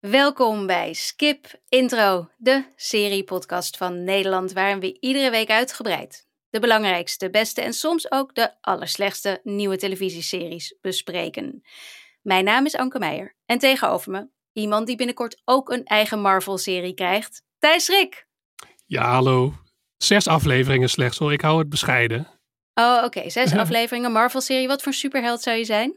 Welkom bij Skip Intro, de seriepodcast van Nederland, waarin we iedere week uitgebreid de belangrijkste, beste en soms ook de allerslechtste nieuwe televisieseries bespreken. Mijn naam is Anke Meijer en tegenover me iemand die binnenkort ook een eigen Marvel-serie krijgt, Thijs Rik. Ja, hallo. 6 afleveringen slechts hoor, ik hou het bescheiden. Oh, oké. 6 afleveringen Marvel-serie. Wat voor superheld zou je zijn?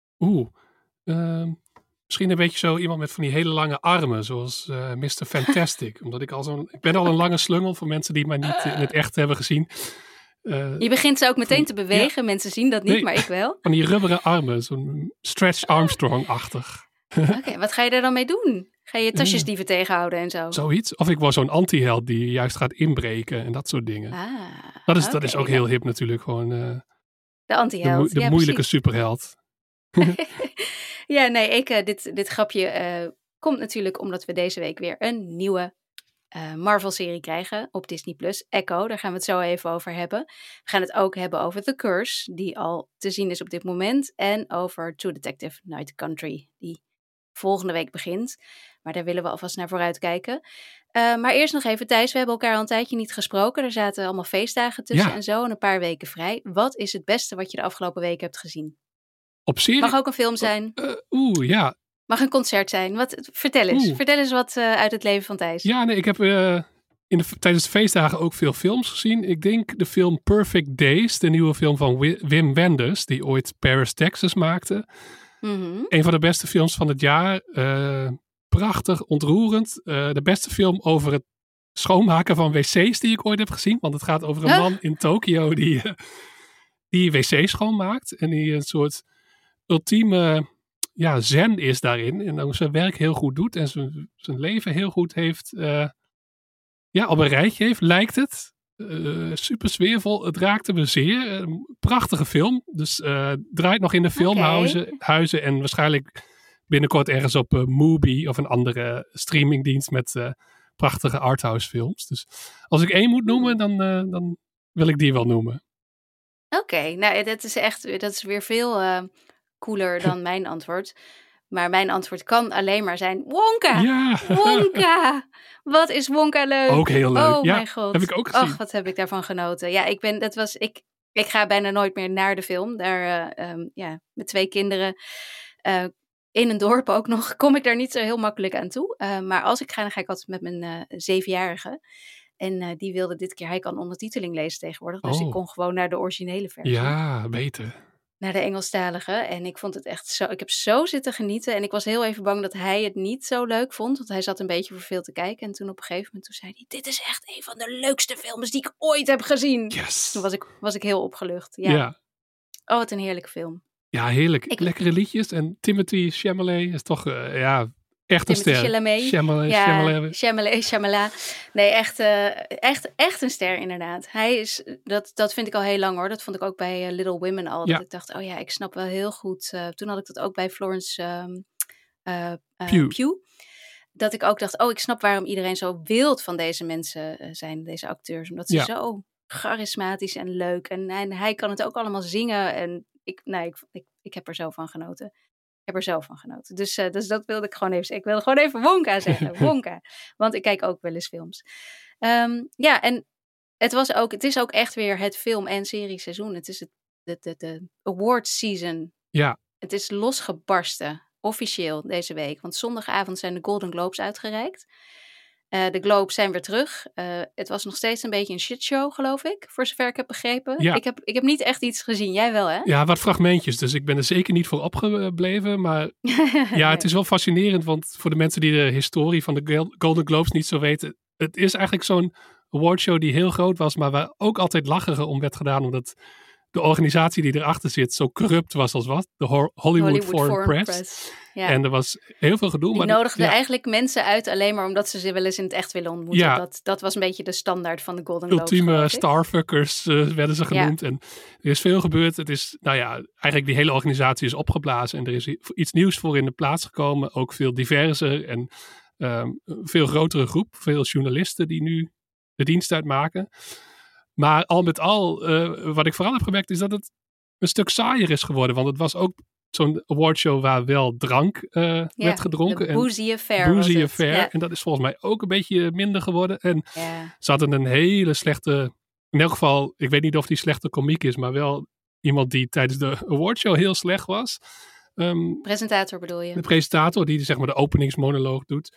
Misschien een beetje zo iemand met van die hele lange armen, zoals Mr. Fantastic. Omdat ik ben al een lange slungel voor mensen die mij niet in het echt hebben gezien. Je begint ze ook meteen te bewegen. Ja. Mensen zien dat niet, nee, maar ik wel. Van die rubberen armen, zo'n Stretch Armstrong-achtig. Oké, wat ga je daar dan mee doen? Ga je tasjesdieven tegenhouden en zo? Zoiets. Of ik word zo'n anti-held die juist gaat inbreken en dat soort dingen. Dat is ook heel hip natuurlijk. Gewoon, de anti-held. De moeilijke superheld. Ja, nee, dit grapje komt natuurlijk omdat we deze week weer een nieuwe Marvel-serie krijgen op Disney+. Echo, daar gaan we het zo even over hebben. We gaan het ook hebben over The Curse, die al te zien is op dit moment. En over True Detective Night Country, die volgende week begint. Maar daar willen we alvast naar vooruit kijken. Maar eerst nog even, Thijs, we hebben elkaar al een tijdje niet gesproken. Er zaten allemaal feestdagen tussen en zo en een paar weken vrij. Wat is het beste wat je de afgelopen weken hebt gezien? Op serie? Mag ook een film zijn. Ja. Mag een concert zijn. Vertel eens. Vertel eens wat uit het leven van Thijs. Ja, nee, ik heb tijdens de feestdagen ook veel films gezien. Ik denk de film Perfect Days, de nieuwe film van Wim Wenders, die ooit Paris, Texas maakte. Mm-hmm. Een van de beste films van het jaar. Prachtig, ontroerend. De beste film over het schoonmaken van wc's die ik ooit heb gezien. Want het gaat over een man in Tokio die wc's schoonmaakt. En die een soort ultieme zen is daarin. En ook zijn werk heel goed doet. En zijn leven heel goed heeft. Op een rijtje heeft, lijkt het. Super sfeervol. Het raakte me zeer. Een prachtige film. Dus draait nog in de filmhuizen. En waarschijnlijk binnenkort ergens op Mubi of een andere streamingdienst met prachtige arthouse films. Dus als ik één moet noemen, dan wil ik die wel noemen. Oké, nou dat is weer veel cooler dan mijn antwoord. Maar mijn antwoord kan alleen maar zijn Wonka! Ja! Wonka! Wat is Wonka leuk! Ook heel leuk. Oh mijn god. Heb ik ook gezien. Ach, wat heb ik daarvan genoten. Ja, ik ga bijna nooit meer naar de film. Daar, met 2 kinderen in een dorp ook nog, kom ik daar niet zo heel makkelijk aan toe. Maar als ik ga, dan ga ik altijd met mijn 7-jarige. En die wilde dit keer, hij kan ondertiteling lezen tegenwoordig. Dus ik kon gewoon naar de originele versie. Ja, beter. Naar de Engelstalige. En ik vond het echt zo, ik heb zo zitten genieten. En ik was heel even bang dat hij het niet zo leuk vond. Want hij zat een beetje voor veel te kijken. En toen op een gegeven moment zei hij, dit is echt een van de leukste films die ik ooit heb gezien. Yes. Toen was ik heel opgelucht. Ja. Oh, wat een heerlijke film. Ja, heerlijk. Lekkere liedjes. En Timothée Chalamet is toch, echt een ster. Chalamet. Nee, echt een ster inderdaad. Hij is, dat vind ik al heel lang hoor. Dat vond ik ook bij Little Women al. Dat ik dacht, ik snap wel heel goed. Toen had ik dat ook bij Florence Pugh. Dat ik ook dacht, ik snap waarom iedereen zo wild van deze mensen zijn, deze acteurs. Omdat ze zo charismatisch en leuk. En hij kan het ook allemaal zingen. En ik heb er zo van genoten. Dus dat wilde ik gewoon even zeggen. Ik wilde gewoon even Wonka zeggen. Wonka. Want ik kijk ook wel eens films. En het is ook echt weer het film- en serieseizoen. Het is de awards season. Ja. Het is losgebarsten. Officieel deze week. Want zondagavond zijn de Golden Globes uitgereikt. De Globes zijn weer terug. Het was nog steeds een beetje een shitshow, geloof ik. Voor zover ik heb begrepen. Ja. Ik heb niet echt iets gezien. Jij wel, hè? Ja, wat fragmentjes. Dus ik ben er zeker niet voor opgebleven. Maar ja, het is wel fascinerend. Want voor de mensen die de historie van de Golden Globes niet zo weten. Het is eigenlijk zo'n awardshow die heel groot was. Maar waar ook altijd lacherig om werd gedaan. Omdat de organisatie die erachter zit zo corrupt was als wat. De Hollywood Foreign Press. Ja. En er was heel veel gedoe. Die nodigden eigenlijk mensen uit alleen maar omdat ze wel eens in het echt willen ontmoeten. Ja. Dat was een beetje de standaard van de Golden Globes. Ultieme starfuckers werden ze genoemd. Ja. En er is veel gebeurd. Het is, eigenlijk die hele organisatie is opgeblazen. En er is iets nieuws voor in de plaats gekomen. Ook veel diverser en veel grotere groep. Veel journalisten die nu de dienst uitmaken. Maar al met al, wat ik vooral heb gemerkt is dat het een stuk saaier is geworden. Want het was ook zo'n awardshow waar wel drank werd gedronken. De Boozy Affair. Ja. En dat is volgens mij ook een beetje minder geworden. En ze hadden een hele slechte... In elk geval, ik weet niet of die slechte komiek is, maar wel iemand die tijdens de awardshow heel slecht was. Presentator bedoel je? De presentator die zeg maar de openingsmonoloog doet.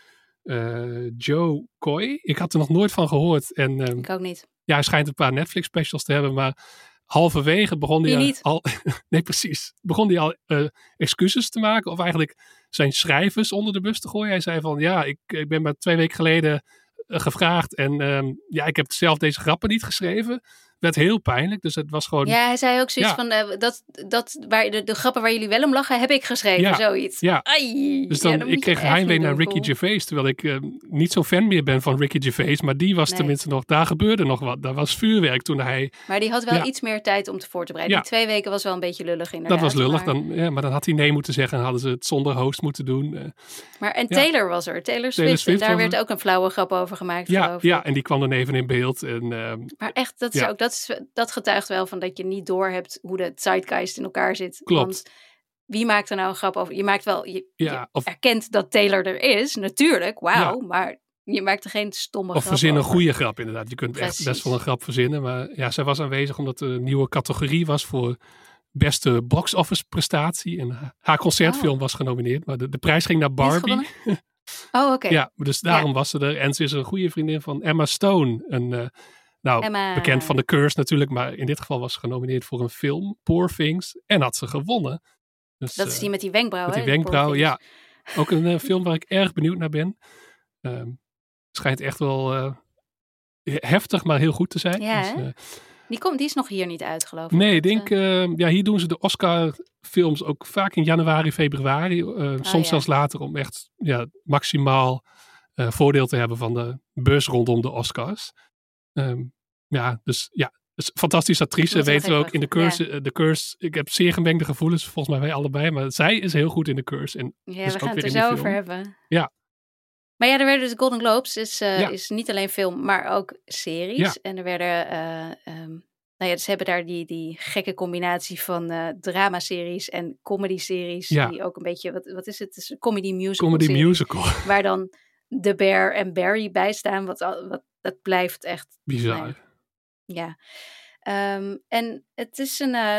Joe Coy. Ik had er nog nooit van gehoord. En, ik ook niet. Ja, hij schijnt een paar Netflix specials te hebben, maar halverwege begon hij al... Nee, precies. Begon hij al excuses te maken of eigenlijk zijn schrijvers onder de bus te gooien. Hij zei van, ja, ik ben maar 2 weken geleden gevraagd en ik heb zelf deze grappen niet geschreven. Werd heel pijnlijk, dus het was gewoon... Ja, hij zei ook zoiets van, waar de grappen waar jullie wel om lachen, heb ik geschreven, zoiets. Ja, dus dan, ik kreeg heimwee naar Ricky Gervais, terwijl ik niet zo'n fan meer ben van Ricky Gervais, maar die was tenminste nog, daar gebeurde nog wat. Daar was vuurwerk toen hij... Maar die had wel iets meer tijd om te voor te bereiden. Die 2 weken was wel een beetje lullig inderdaad. Dat was lullig, maar dan had hij nee moeten zeggen en hadden ze het zonder host moeten doen. En Taylor was er, Taylor Swift en daar werd ook een flauwe grap over gemaakt, geloof ik. Ja, en die kwam dan even in beeld. En, maar echt, dat getuigt wel van dat je niet doorhebt hoe de zeitgeist in elkaar zit. Klopt. Want wie maakt er nou een grap over? Je maakt wel, je erkent dat Taylor er is, natuurlijk, maar je maakt er geen stomme grap over. Of verzin een goede over. grap inderdaad. Je kunt echt best wel een grap verzinnen. Maar zij was aanwezig omdat er een nieuwe categorie was voor beste box-office prestatie. En haar concertfilm was genomineerd, maar de prijs ging naar Barbie. Oh, oké. Ja, dus daarom was ze er. En ze is een goede vriendin van Emma Stone, bekend van The Curse natuurlijk, maar in dit geval was ze genomineerd voor een film, Poor Things, en had ze gewonnen. Dus, dat is die met die wenkbrauw, Met die wenkbrauw, ja. Ook een film waar ik erg benieuwd naar ben. Schijnt echt wel heftig, maar heel goed te zijn. Ja, dus, die is nog hier niet uit, geloof ik. Nee, ik denk, hier doen ze de Oscar-films ook vaak in januari, februari. Soms zelfs later om echt maximaal voordeel te hebben van de beurs rondom de Oscars. Dus fantastische actrice, weten we ook in The Curse. Ik heb zeer gemengde gevoelens, volgens mij wij allebei, maar zij is heel goed in The Curse. En we gaan het er zo over hebben. Ja. Maar er werden dus Golden Globes, is niet alleen film, maar ook series. Ja. En er werden, ze hebben daar die gekke combinatie van dramaseries en comedy-series. Ja. Die ook een beetje, wat is het? Het is een comedy musical. Waar dan The Bear en Barry bij staan, dat blijft echt... bizar. Ja. En het is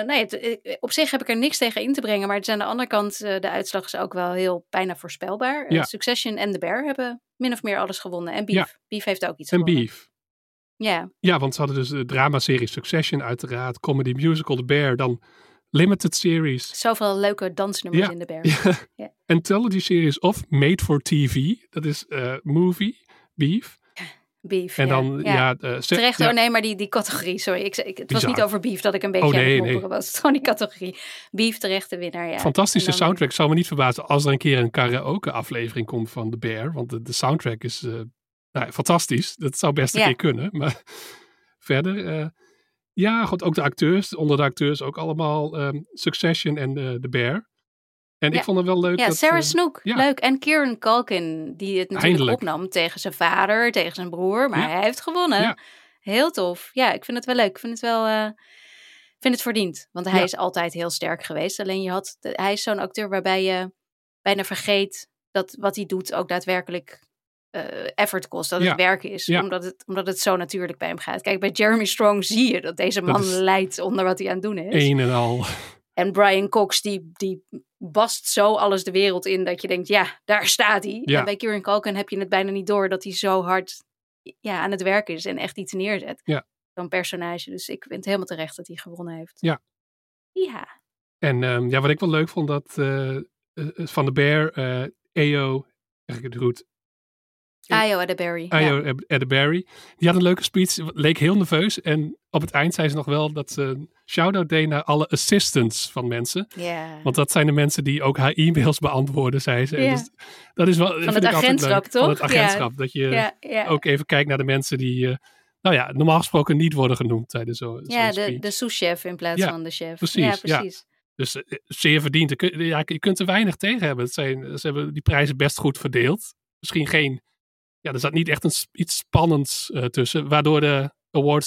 op zich heb ik er niks tegen in te brengen, maar het is aan de andere kant, de uitslag is ook wel heel bijna voorspelbaar. Ja. Succession en The Bear hebben min of meer alles gewonnen. En Beef. Ja. Beef heeft ook iets gewonnen. En Beef. Ja. Ja, want ze hadden dus de dramaserie Succession uiteraard, comedy musical The Bear, dan limited series. Zoveel leuke dansnummers in The Bear. Ja. Anthology series of made for TV. Dat is movie, Beef. Beef, en dan, terecht, maar die categorie, sorry. Het was niet over Beef dat ik een beetje aan het mopperen was. Het is gewoon die categorie. Beef, terechte winnaar, ja. Fantastische soundtrack. Zou me niet verbazen als er een keer een karaoke aflevering komt van The Bear. Want de soundtrack is fantastisch. Dat zou best een keer kunnen. Maar verder, goed, ook de acteurs. Onder de acteurs ook allemaal Succession en The Bear. En ik vond het wel leuk. Ja, Sarah Snook, leuk. En Kieran Culkin, die het natuurlijk opnam tegen zijn vader, tegen zijn broer. Maar hij heeft gewonnen. Ja. Heel tof. Ja, ik vind het wel leuk. Ik vind het verdiend. Want hij is altijd heel sterk geweest. Alleen hij is zo'n acteur waarbij je bijna vergeet dat wat hij doet ook daadwerkelijk effort kost. Dat het werk is. Ja. Omdat het zo natuurlijk bij hem gaat. Kijk, bij Jeremy Strong zie je dat deze man lijdt onder wat hij aan het doen is. Een en al. En Brian Cox, die bast zo alles de wereld in dat je denkt, ja, daar staat hij. Ja. En bij Kieran Culkin heb je het bijna niet door dat hij zo hard aan het werk is en echt iets neerzet. Ja. Zo'n personage. Dus ik vind het helemaal terecht dat hij gewonnen heeft. Ja. Ja. En wat ik wel leuk vond, dat van The Bear, Ayo, zeg ik het goed? Ayo Edebari. Ayo Edebari. Die had een leuke speech, leek heel nerveus. En op het eind zei ze nog wel dat ze een shout-out deed naar alle assistants van mensen. Yeah. Want dat zijn de mensen die ook haar e-mails beantwoorden, zei ze. Dus dat is wel, van het agentschap, toch? Van het agentschap. Dat je ook even kijkt naar de mensen die, normaal gesproken niet worden genoend tijdens zo'n speech. De sous-chef in plaats van de chef. Precies, ja, precies. Ja. Dus zeer verdiend. Je kunt er weinig tegen hebben. Ze hebben die prijzen best goed verdeeld. Misschien geen... Ja, er zat niet echt iets spannends tussen. Waardoor de awards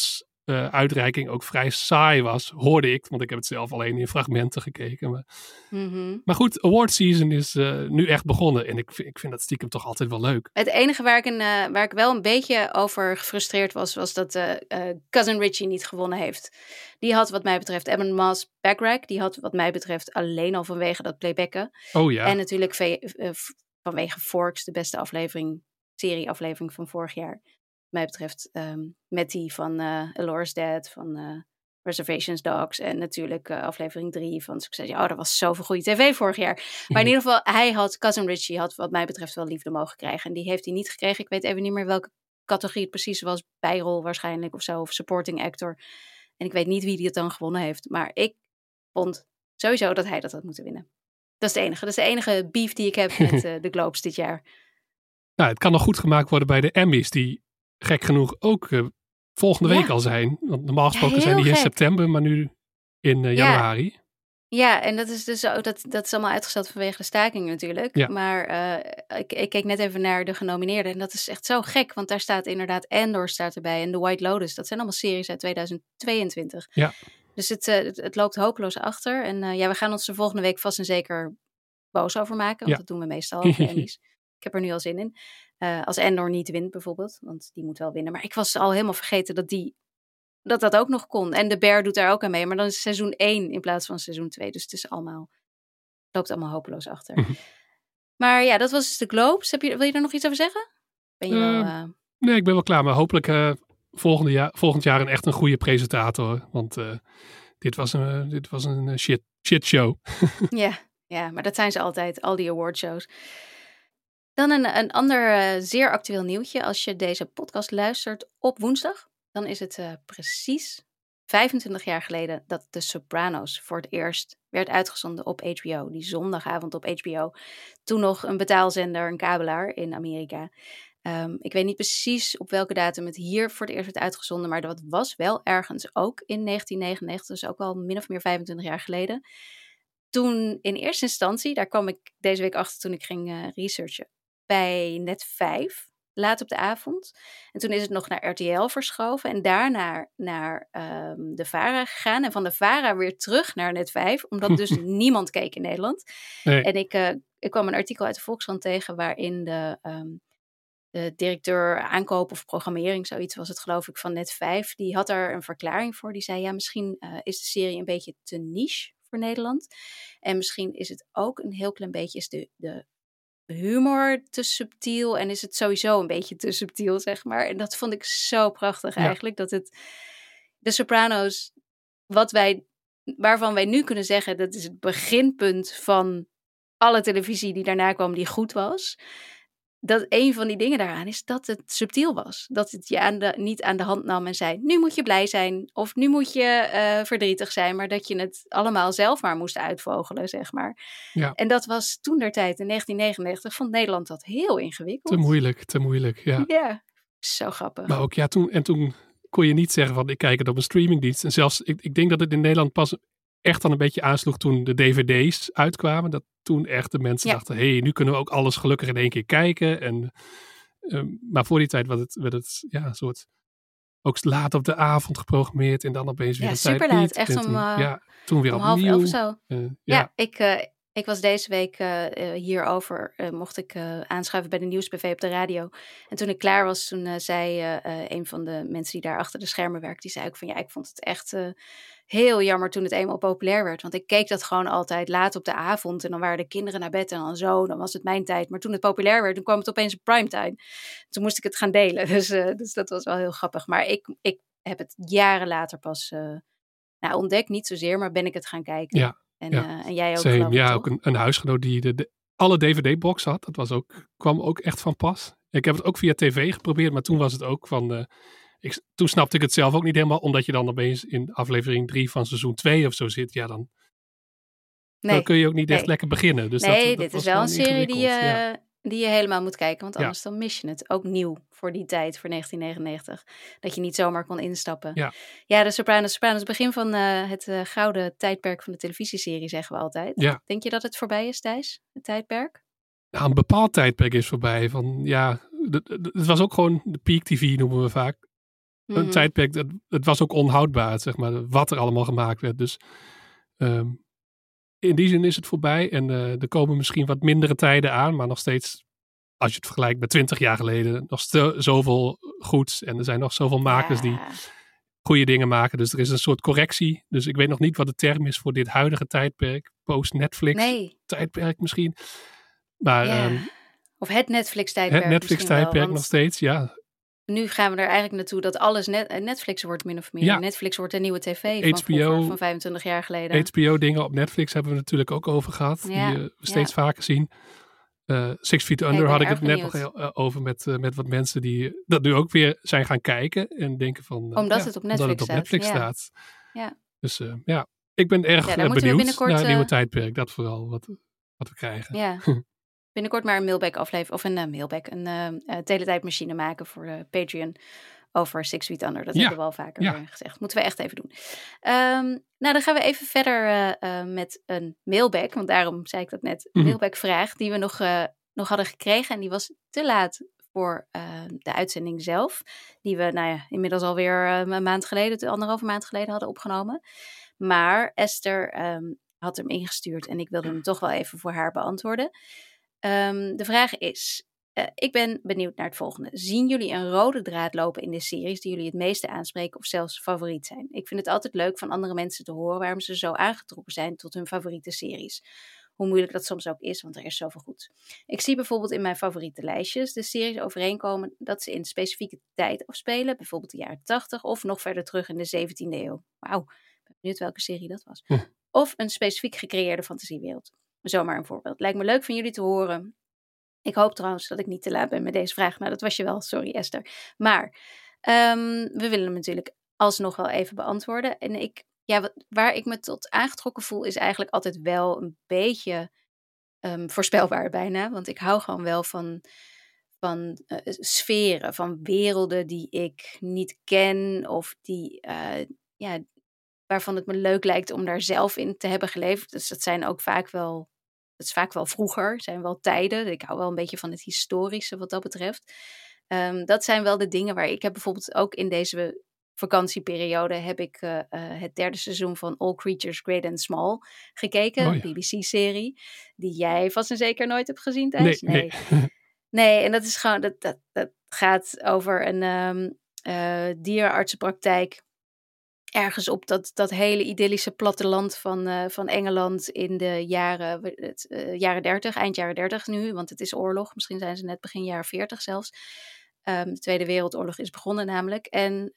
uitreiking ook vrij saai was, hoorde ik. Want ik heb het zelf alleen in fragmenten gekeken. Maar goed, award season is nu echt begonnen. En ik vind dat stiekem toch altijd wel leuk. Het enige waar ik wel een beetje over gefrustreerd was dat Cousin Richie niet gewonnen heeft. Die had wat mij betreft Ebon Moss-Backrack. Die had wat mij betreft alleen al vanwege dat playbacken. Oh ja. En natuurlijk vanwege Forks, de beste serieaflevering van vorig jaar. Wat mij betreft met die van Alora's Dead, van Reservations Dogs en natuurlijk aflevering 3 van Succes. Ja, dat was zoveel goede tv vorig jaar. Maar in ieder geval, Cousin Richie had wat mij betreft wel liefde mogen krijgen. En die heeft hij niet gekregen. Ik weet even niet meer welke categorie het precies was. Bijrol waarschijnlijk of zo, of supporting actor. En ik weet niet wie die het dan gewonnen heeft. Maar ik vond sowieso dat hij dat had moeten winnen. Dat is het enige. Dat is de enige beef die ik heb met de Globes dit jaar. Nou, het kan nog goed gemaakt worden bij de Emmys, die gek genoeg ook volgende week al zijn. Want normaal gesproken zijn die in september, maar nu in januari. Ja, en dat is dus dat is allemaal uitgesteld vanwege de staking natuurlijk. Ja. Maar ik keek net even naar de genomineerden en dat is echt zo gek. Want daar staat inderdaad Andor staat erbij en The White Lotus. Dat zijn allemaal series uit 2022. Ja. Dus het loopt hopeloos achter. En we gaan ons er volgende week vast en zeker boos over maken. Want dat doen we meestal over Emmys. Ik heb er nu al zin in. Als Andor niet wint bijvoorbeeld, want die moet wel winnen. Maar ik was al helemaal vergeten dat ook nog kon. En de Bear doet daar ook aan mee. Maar dan is het seizoen 1 in plaats van seizoen 2. Dus het loopt allemaal hopeloos achter. Mm-hmm. Maar ja, dat was dus de Globes. Wil je er nog iets over zeggen? Nee, ik ben wel klaar. Maar hopelijk volgend jaar echt een goede presentator. Want dit was een shit show. Ja, maar dat zijn ze altijd. Al die awardshows. Dan een ander zeer actueel nieuwtje. Als je deze podcast luistert op woensdag, dan is het precies 25 jaar geleden dat The Sopranos voor het eerst werd uitgezonden op HBO. Die zondagavond op HBO. Toen nog een betaalzender, een kabelaar in Amerika. Ik weet niet precies op welke datum het hier voor het eerst werd uitgezonden, maar dat was wel ergens ook in 1999, dus ook al min of meer 25 jaar geleden. Toen in eerste instantie, daar kwam ik deze week achter toen ik ging researchen, bij Net 5, laat op de avond. En toen is het nog naar RTL verschoven en daarna naar de VARA gegaan. En van de VARA weer terug naar Net 5, omdat dus niemand keek in Nederland. Nee. En ik kwam een artikel uit de Volkskrant tegen waarin de directeur aankoop of programmering, zoiets was het geloof ik, van Net 5, die had daar een verklaring voor. Die zei, ja, misschien is de serie een beetje te niche voor Nederland. En misschien is het ook een heel klein beetje, is de humor te subtiel en is het sowieso een beetje te subtiel, zeg maar. En dat vond ik zo prachtig eigenlijk, dat de Sopranos, waarvan wij nu kunnen zeggen, dat is het beginpunt van alle televisie die daarna kwam die goed was. Dat een van die dingen daaraan is dat het subtiel was. Dat het je niet aan de hand nam en zei, nu moet je blij zijn of nu moet je verdrietig zijn, maar dat je het allemaal zelf maar moest uitvogelen, zeg maar. Ja. En dat was toentertijd in 1999, vond Nederland dat heel ingewikkeld. Te moeilijk, ja. Ja, zo grappig. Maar ook toen kon je niet zeggen van ik kijk het op een streamingdienst. En zelfs, ik denk dat het in Nederland pas echt dan een beetje aansloeg toen de dvd's uitkwamen. Dat toen echt de mensen dachten, nu kunnen we ook alles gelukkig in één keer kijken. En, maar voor die tijd werd het een soort ook laat op de avond geprogrammeerd en dan opeens weer een tijd super laat. niet. Echt toen weer om opnieuw. 10:30 of zo. Ik was deze week hierover, mocht ik aanschuiven bij de Nieuwsbv op de radio. En toen ik klaar was, toen zei een van de mensen die daar achter de schermen werkt, die zei ook van ik vond het echt heel jammer toen het eenmaal populair werd. Want ik keek dat gewoon altijd laat op de avond en dan waren de kinderen naar bed en dan was het mijn tijd. Maar toen het populair werd, toen kwam het opeens op primetime. Toen moest ik het gaan delen. Dus dat was wel heel grappig. Maar ik heb het jaren later pas ontdekt, niet zozeer, maar ben ik het gaan kijken. Ja. En jij ook, Same, geloof ik, ja, toch? ook een huisgenoot die alle DVD-box had. Dat kwam ook echt van pas. Ik heb het ook via tv geprobeerd, maar toen was het ook van... toen snapte ik het zelf ook niet helemaal, omdat je dan opeens in aflevering 3 van seizoen 2 of zo zit. Ja, dan kun je ook niet echt lekker beginnen. Dus dit is wel een serie die je helemaal moet kijken, want anders dan mis je het. Ook nieuw voor die tijd, voor 1999. Dat je niet zomaar kon instappen. Ja, de Sopranos, begin van het gouden tijdperk van de televisieserie, zeggen we altijd. Ja. Denk je dat het voorbij is, Thijs? Het tijdperk? Nou, een bepaald tijdperk is voorbij. Het was ook gewoon de peak TV, noemen we vaak. een tijdperk, het was ook onhoudbaar, zeg maar, wat er allemaal gemaakt werd. Dus in die zin is het voorbij. En er komen misschien wat mindere tijden aan, maar nog steeds, als je het vergelijkt met 20 jaar geleden, nog zoveel goeds. En er zijn nog zoveel makers die goede dingen maken. Dus er is een soort correctie. Dus ik weet nog niet wat de term is voor dit huidige tijdperk. Post-Netflix tijdperk misschien. Maar, of het Netflix-tijdperk. Het Netflix-tijdperk nog steeds, ja. Nu gaan we er eigenlijk naartoe dat alles Netflix wordt, min of meer. Ja. Netflix wordt een nieuwe tv van 25 jaar geleden. HBO-dingen op Netflix hebben we natuurlijk ook over gehad. Die we steeds vaker zien. 6 Feet Under had ik het net nog over met wat mensen die dat nu ook weer zijn gaan kijken. En denken van... Omdat het op Netflix staat. Ja. Dus ik ben erg benieuwd naar een nieuwe tijdperk. Dat vooral wat we krijgen. Ja. Binnenkort maar een mailback aflevering. Of een teletijdmachine maken voor de Patreon. Over 6 Feet Under. Dat hebben we al vaker gezegd. Moeten we echt even doen. Dan gaan we even verder met een mailback. Want daarom zei ik dat net. Een mailback-vraag die we nog hadden gekregen. En die was te laat voor de uitzending zelf. Die we inmiddels alweer een maand geleden, 1,5 maand geleden hadden opgenomen. Maar Esther had hem ingestuurd. En ik wilde hem toch wel even voor haar beantwoorden. De vraag is... ik ben benieuwd naar het volgende. Zien jullie een rode draad lopen in de series die jullie het meeste aanspreken of zelfs favoriet zijn? Ik vind het altijd leuk van andere mensen te horen waarom ze zo aangetrokken zijn tot hun favoriete series. Hoe moeilijk dat soms ook is, want er is zoveel goed. Ik zie bijvoorbeeld in mijn favoriete lijstjes de series overeenkomen dat ze in specifieke tijd afspelen, bijvoorbeeld de jaren 80 of nog verder terug in de 17e eeuw. Wauw, ik ben benieuwd welke serie dat was. Of een specifiek gecreëerde fantasiewereld. Zomaar een voorbeeld. Lijkt me leuk van jullie te horen. Ik hoop trouwens dat ik niet te laat ben met deze vraag. Nou, dat was je wel. Sorry, Esther. Maar we willen hem natuurlijk alsnog wel even beantwoorden. En waar ik me tot aangetrokken voel is eigenlijk altijd wel een beetje voorspelbaar bijna. Want ik hou gewoon wel van sferen, van werelden die ik niet ken. Of die, waarvan het me leuk lijkt om daar zelf in te hebben geleefd. Dus dat zijn ook vaak wel... Het is vaak wel vroeger, zijn wel tijden. Ik hou wel een beetje van het historische wat dat betreft. Dat zijn wel de dingen waar ik heb bijvoorbeeld ook in deze vakantieperiode heb ik het 3e seizoen van All Creatures Great and Small gekeken. Een BBC-serie die jij vast en zeker nooit hebt gezien, Thijs. Nee. Nee, en dat is gewoon, dat gaat over een dierenartsenpraktijk. Ergens op dat hele idyllische platteland van Engeland in de jaren 30, eind jaren 30 nu, want het is oorlog. Misschien zijn ze net begin jaren 40 zelfs. De Tweede Wereldoorlog is begonnen namelijk. En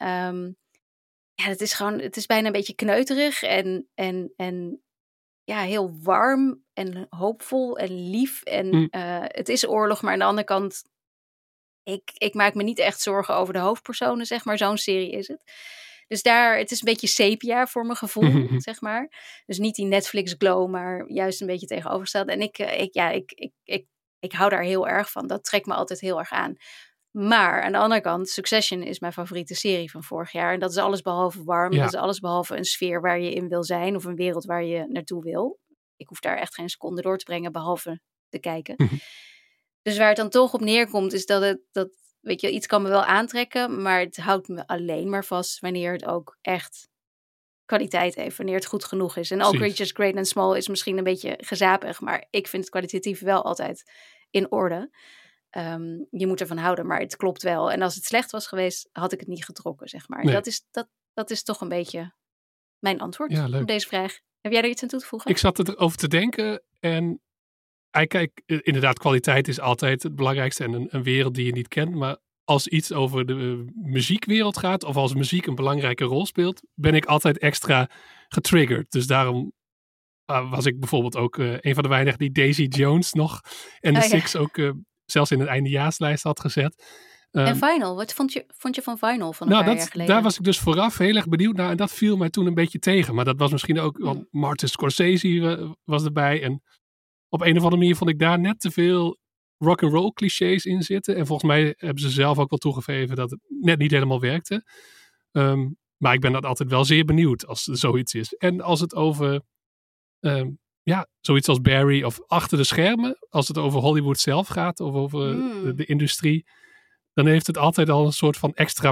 het is bijna een beetje kneuterig en heel warm en hoopvol en lief. En het is oorlog, maar aan de andere kant, ik maak me niet echt zorgen over de hoofdpersonen, zeg maar. Zo'n serie is het. Dus het is een beetje sepia voor mijn gevoel, zeg maar. Dus niet die Netflix glow, maar juist een beetje tegenovergesteld. En ik hou daar heel erg van. Dat trekt me altijd heel erg aan. Maar aan de andere kant, Succession is mijn favoriete serie van vorig jaar. En dat is alles behalve warm. Ja. Dat is alles behalve een sfeer waar je in wil zijn. Of een wereld waar je naartoe wil. Ik hoef daar echt geen seconde door te brengen, behalve te kijken. Dus waar het dan toch op neerkomt, is dat weet je, iets kan me wel aantrekken, maar het houdt me alleen maar vast wanneer het ook echt kwaliteit heeft, wanneer het goed genoeg is. En All Creatures Great and Small is misschien een beetje gezapig, maar ik vind het kwalitatief wel altijd in orde. Je moet ervan houden, maar het klopt wel. En als het slecht was geweest, had ik het niet getrokken, zeg maar. Nee. Dat is toch een beetje mijn antwoord op deze vraag. Heb jij er iets aan toe te voegen? Ik zat erover te denken en kijk, inderdaad, kwaliteit is altijd het belangrijkste en een wereld die je niet kent. Maar als iets over de muziekwereld gaat of als muziek een belangrijke rol speelt, ben ik altijd extra getriggerd. Dus daarom was ik bijvoorbeeld ook een van de weinigen die Daisy Jones nog en de Six ook zelfs in een eindejaarslijst had gezet. En Vinyl, wat vond je van Vinyl van een paar jaar geleden? Daar was ik dus vooraf heel erg benieuwd naar en dat viel mij toen een beetje tegen. Maar dat was misschien ook, want Martin Scorsese was erbij en op een of andere manier vond ik daar net te veel rock'n'roll clichés in zitten. En volgens mij hebben ze zelf ook wel toegegeven dat het net niet helemaal werkte. Maar ik ben dat altijd wel zeer benieuwd als er zoiets is. En als het over zoiets als Barry of achter de schermen, als het over Hollywood zelf gaat of over de industrie, dan heeft het altijd al een soort van extra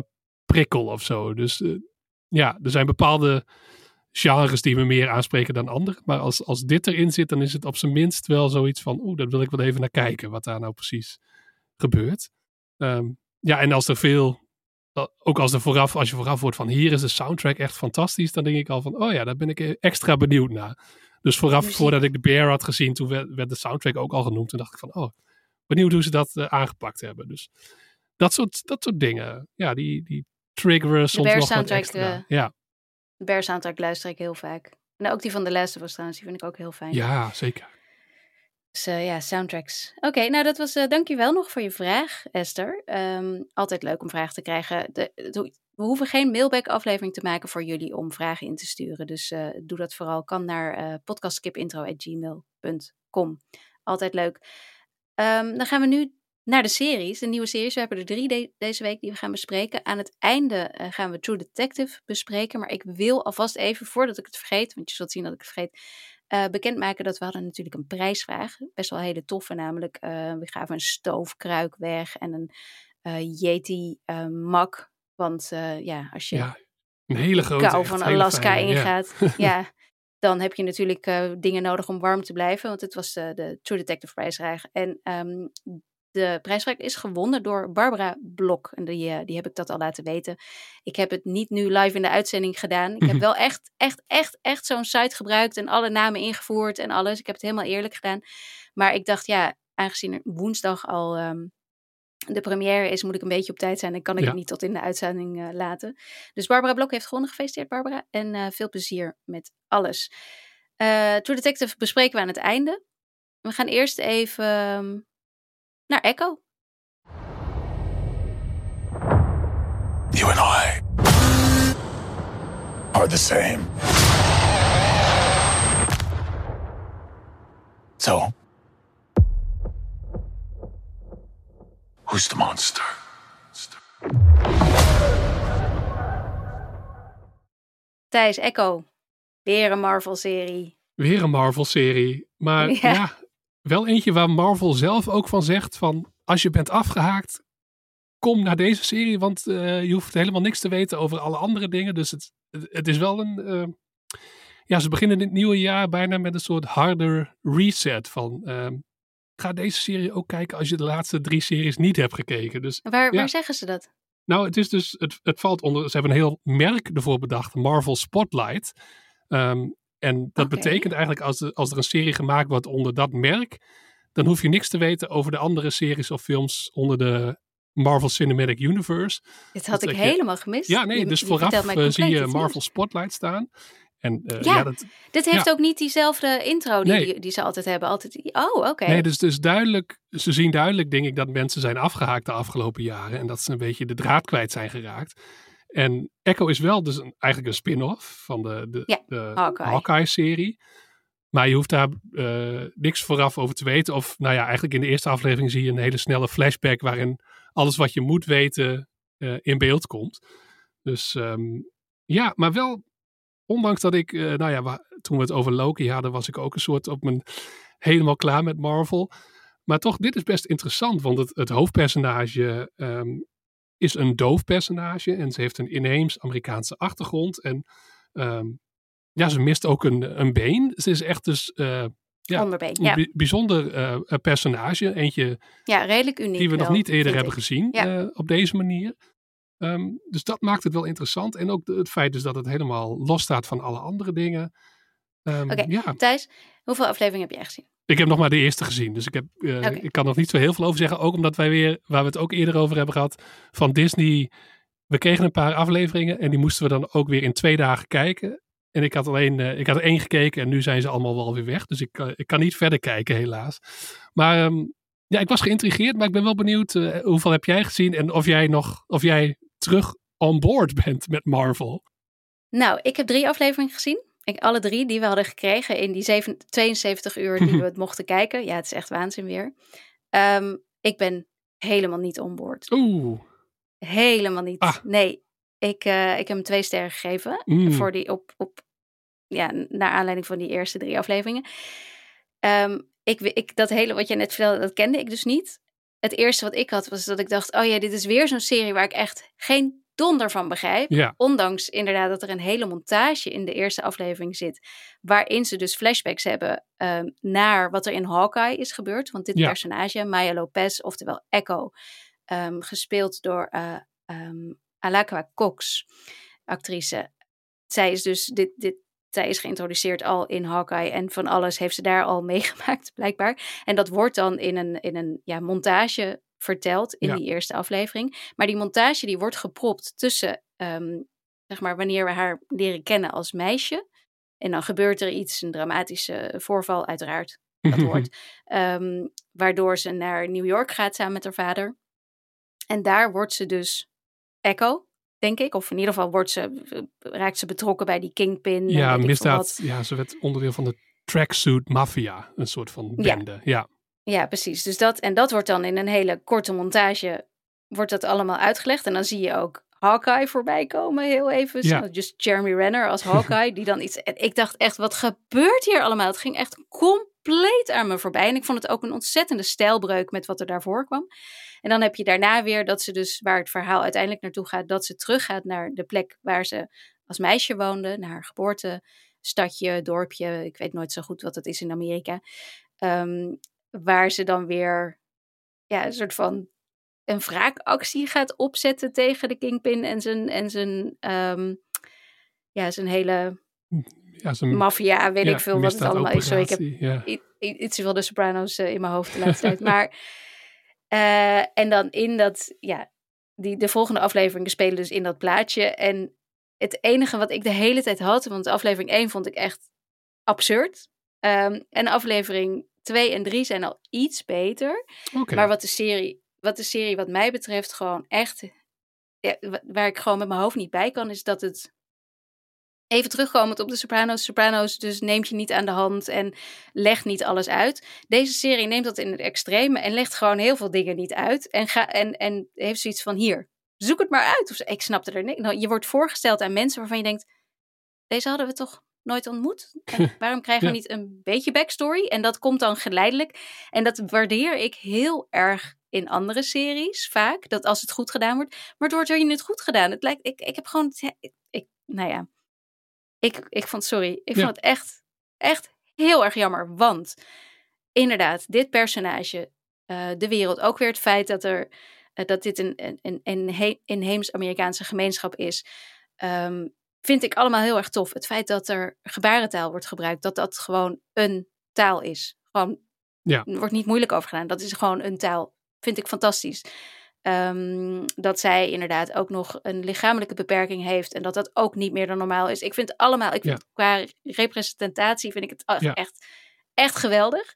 prikkel of zo. Dus er zijn bepaalde genres die me meer aanspreken dan andere. Maar als dit erin zit, dan is het op zijn minst wel zoiets van, daar wil ik wel even naar kijken, wat daar nou precies gebeurt. En als er veel, ook als je vooraf wordt van, hier is de soundtrack echt fantastisch, dan denk ik al van, daar ben ik extra benieuwd naar. Dus voordat ik The Bear had gezien, toen werd de soundtrack ook al genoemd. Toen dacht ik van, benieuwd hoe ze dat aangepakt hebben. Dus dat soort dingen, die triggeren soms nog wat extra. De Bear soundtrack luister ik heel vaak. En ook die van The Last of Us trouwens, die vind ik ook heel fijn. Ja, zeker. Dus soundtracks. Oké, nou dat was, dankjewel nog voor je vraag, Esther. Altijd leuk om vragen te krijgen. We hoeven geen mailback aflevering te maken voor jullie om vragen in te sturen. Dus doe dat vooral. Kan naar podcastskipintro@gmail.com. Altijd leuk. Dan gaan we nu naar de series, de nieuwe series. We hebben er 3 deze week die we gaan bespreken. Aan het einde gaan we True Detective bespreken. Maar ik wil alvast even, voordat ik het vergeet, want je zult zien dat ik het vergeet, bekendmaken dat we hadden natuurlijk een prijsvraag. Best wel een hele toffe, namelijk we gaven een stoofkruik weg en een Yeti mak. Want als je een hele grote kou van Alaska ingaat, dan heb je natuurlijk dingen nodig om warm te blijven. Want het was de True Detective prijsvraag. En de prijsvraag is gewonnen door Barbara Blok. En die heb ik dat al laten weten. Ik heb het niet nu live in de uitzending gedaan. Ik heb wel echt zo'n site gebruikt en alle namen ingevoerd en alles. Ik heb het helemaal eerlijk gedaan. Maar ik dacht, aangezien er woensdag al de première is, moet ik een beetje op tijd zijn. En kan ik het niet tot in de uitzending laten. Dus Barbara Blok heeft gewonnen. Gefeliciteerd, Barbara. En veel plezier met alles. True Detective bespreken we aan het einde. We gaan eerst even naar Echo. You and I are the same. So, who's the monster? Thijs, Echo. Weer een Marvel-serie. Weer een Marvel-serie. Maar wel eentje waar Marvel zelf ook van zegt van, als je bent afgehaakt, kom naar deze serie, want je hoeft helemaal niks te weten over alle andere dingen. Dus het is wel een... ze beginnen dit nieuwe jaar bijna met een soort harder reset van... ga deze serie ook kijken als je de laatste 3 series niet hebt gekeken. Dus, waar zeggen ze dat? Nou, het is dus... Het valt onder... Ze hebben een heel merk ervoor bedacht. Marvel Spotlight. En dat betekent eigenlijk als er een serie gemaakt wordt onder dat merk, dan hoef je niks te weten over de andere series of films onder de Marvel Cinematic Universe. Dit had ik helemaal gemist. Ja, nee, dus vooraf zie je Marvel Spotlight staan. En, dit heeft ook niet diezelfde intro die ze altijd hebben. Oké. Nee, dus duidelijk, ze zien duidelijk, denk ik, dat mensen zijn afgehaakt de afgelopen jaren en dat ze een beetje de draad kwijt zijn geraakt. En Echo is wel dus eigenlijk een spin-off van de Hawkeye-serie. Maar je hoeft daar niks vooraf over te weten. Of eigenlijk in de eerste aflevering zie je een hele snelle flashback waarin alles wat je moet weten in beeld komt. Dus maar wel, ondanks dat ik, toen we het over Loki hadden, was ik ook een soort op mijn helemaal klaar met Marvel. Maar toch, dit is best interessant, want het hoofdpersonage is een doof personage en ze heeft een inheems Amerikaanse achtergrond en ze mist ook een been. Ze is echt dus onderbeen, bijzonder personage. Eentje redelijk uniek die we nog niet eerder hebben gezien op deze manier. Dus dat maakt het wel interessant. En ook het feit dus dat het helemaal los staat van alle andere dingen. Thijs, hoeveel afleveringen heb jij gezien? Ik heb nog maar de eerste gezien. Dus ik kan nog niet zo heel veel over zeggen. Ook omdat wij weer, waar we het ook eerder over hebben gehad, van Disney. We kregen een paar afleveringen en die moesten we dan ook weer in 2 dagen kijken. En ik had er 1 gekeken en nu zijn ze allemaal wel weer weg. Dus ik kan niet verder kijken helaas. Maar ik was geïntrigeerd, maar ik ben wel benieuwd hoeveel heb jij gezien en of jij terug on board bent met Marvel. Nou, ik heb 3 afleveringen gezien. Alle 3 die we hadden gekregen in die 72 uur die we het mochten kijken. Ja, het is echt waanzin weer. Ik ben helemaal niet on board. Oeh. Helemaal niet. Nee, ik heb hem 2 sterren gegeven. Voor die naar aanleiding van die eerste 3 afleveringen. Dat hele wat jij net vertelde, dat kende ik dus niet. Het eerste wat ik had was dat ik dacht, dit is weer zo'n serie waar ik echt geen donder van begrijp. Ja. Ondanks inderdaad dat er een hele montage in de eerste aflevering zit. Waarin ze dus flashbacks hebben naar wat er in Hawkeye is gebeurd. Want dit personage, Maya Lopez, oftewel Echo. Gespeeld door Alaqua Cox, actrice. Zij is dus zij is geïntroduceerd al in Hawkeye en van alles heeft ze daar al meegemaakt, blijkbaar. En dat wordt dan in een montage verteld in die eerste aflevering. Maar die montage die wordt gepropt tussen, zeg maar, wanneer we haar leren kennen als meisje. En dan gebeurt er iets, een dramatische voorval, uiteraard, dat hoort. Waardoor ze naar New York gaat samen met haar vader. En daar wordt ze dus Echo, denk ik. Of in ieder geval raakt ze betrokken bij die Kingpin. Ja, misdaad. Ja, ze werd onderdeel van de Tracksuit Mafia. Een soort van bende. Ja, precies. Dus dat wordt dan in een hele korte montage wordt dat allemaal uitgelegd. En dan zie je ook Hawkeye voorbij komen, heel even. Ja. Dus Jeremy Renner als Hawkeye, die dan iets... En ik dacht echt, wat gebeurt hier allemaal? Het ging echt compleet aan me voorbij. En ik vond het ook een ontzettende stijlbreuk met wat er daarvoor kwam. En dan heb je daarna weer dat ze dus, waar het verhaal uiteindelijk naartoe gaat, dat ze teruggaat naar de plek waar ze als meisje woonde, naar haar geboortestadje, dorpje. Ik weet nooit zo goed wat het is in Amerika. Waar ze dan weer een soort van een wraakactie gaat opzetten tegen de Kingpin en zijn hele maffia, weet ik veel wat het allemaal is. Sorry, ik heb iets van de Sopranos in mijn hoofd de laatste tijd. Maar en dan in dat, de volgende afleveringen spelen dus in dat plaatje. En het enige wat ik de hele tijd had, want aflevering 1 vond ik echt absurd. En aflevering 2 en 3 zijn al iets beter. Okay. Maar wat de serie wat mij betreft gewoon echt, waar ik gewoon met mijn hoofd niet bij kan, is dat het, even terugkomend op de Sopranos. Sopranos dus neemt je niet aan de hand en legt niet alles uit. Deze serie neemt dat in het extreme en legt gewoon heel veel dingen niet uit. En heeft zoiets van, hier, zoek het maar uit. Of ik snapte er niks. Nou, je wordt voorgesteld aan mensen waarvan je denkt, deze hadden we toch nooit ontmoet? En waarom krijgen we niet een beetje backstory? En dat komt dan geleidelijk. En dat waardeer ik heel erg in andere series vaak. Dat als het goed gedaan wordt. Maar het wordt er niet goed gedaan. Het lijkt, ik heb gewoon... Ik vond het echt heel erg jammer. Want inderdaad, dit personage, de wereld, ook weer het feit dat dit een inheems-Amerikaanse gemeenschap is, vind ik allemaal heel erg tof. Het feit dat er gebarentaal wordt gebruikt, dat gewoon een taal is. Gewoon, er wordt niet moeilijk over gedaan. Dat is gewoon een taal. Vind ik fantastisch. Dat zij inderdaad ook nog een lichamelijke beperking heeft en dat ook niet meer dan normaal is. Ik vind qua representatie vind ik het echt geweldig.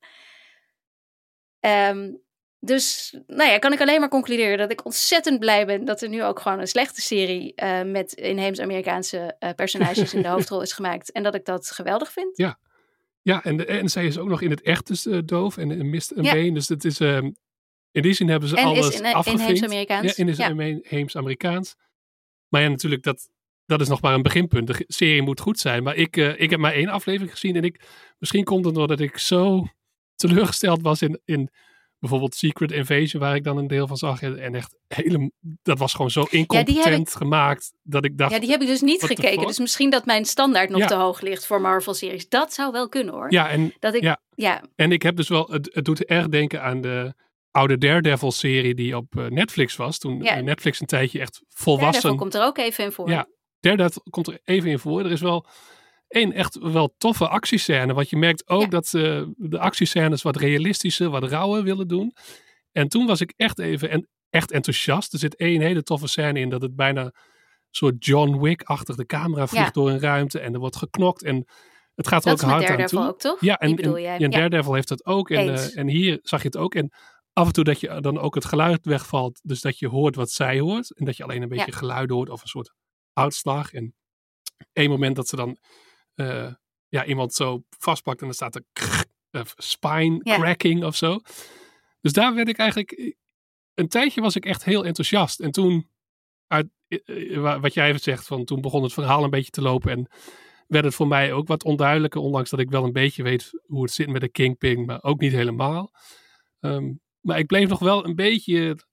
Dus kan ik alleen maar concluderen dat ik ontzettend blij ben dat er nu ook gewoon een slechte serie met inheems-Amerikaanse personages in de hoofdrol is gemaakt en dat ik dat geweldig vind. Ja, en zij is ook nog in het echt dus doof en mist een been, dus het is... In die zin hebben ze alles afgevinkt. Inheems-Amerikaans. Inheems-Amerikaans. Maar ja, natuurlijk, dat is nog maar een beginpunt. De serie moet goed zijn. Maar ik heb maar 1 aflevering gezien. En misschien komt het doordat ik zo teleurgesteld was in bijvoorbeeld Secret Invasion, waar ik dan een deel van zag. En echt dat was gewoon zo incompetent gemaakt, dat ik dacht... Ja, die heb ik dus niet gekeken. Dus misschien dat mijn standaard nog te hoog ligt voor Marvel-series. Dat zou wel kunnen, hoor. Ja, en ik heb dus wel... Het doet erg denken aan de oude Daredevil-serie die op Netflix was. Toen Netflix een tijdje echt volwassen... Daredevil komt er ook even in voor. Ja, Daredevil komt er even in voor. Er is wel één echt wel toffe actiescène. Want je merkt ook dat ze de actiescènes wat realistischer, wat rauwer willen doen. En toen was ik echt enthousiast. Er zit 1 hele toffe scène in dat het bijna een soort John Wick-achtig, de camera vliegt door een ruimte en er wordt geknokt en het gaat er ook hard aan toe. Ook, toch? Ja, en Daredevil heeft dat ook. En hier zag je het ook. En af en toe dat je dan ook het geluid wegvalt. Dus dat je hoort wat zij hoort. En dat je alleen een beetje geluid hoort of een soort uitslag. En 1 moment dat ze dan iemand zo vastpakt en dan staat er spine cracking of zo. Dus daar werd ik eigenlijk... Een tijdje was ik echt heel enthousiast. En toen, wat jij even zegt, van toen begon het verhaal een beetje te lopen en werd het voor mij ook wat onduidelijker, ondanks dat ik wel een beetje weet hoe het zit met de Kingpin, maar ook niet helemaal. Maar ik bleef nog wel een beetje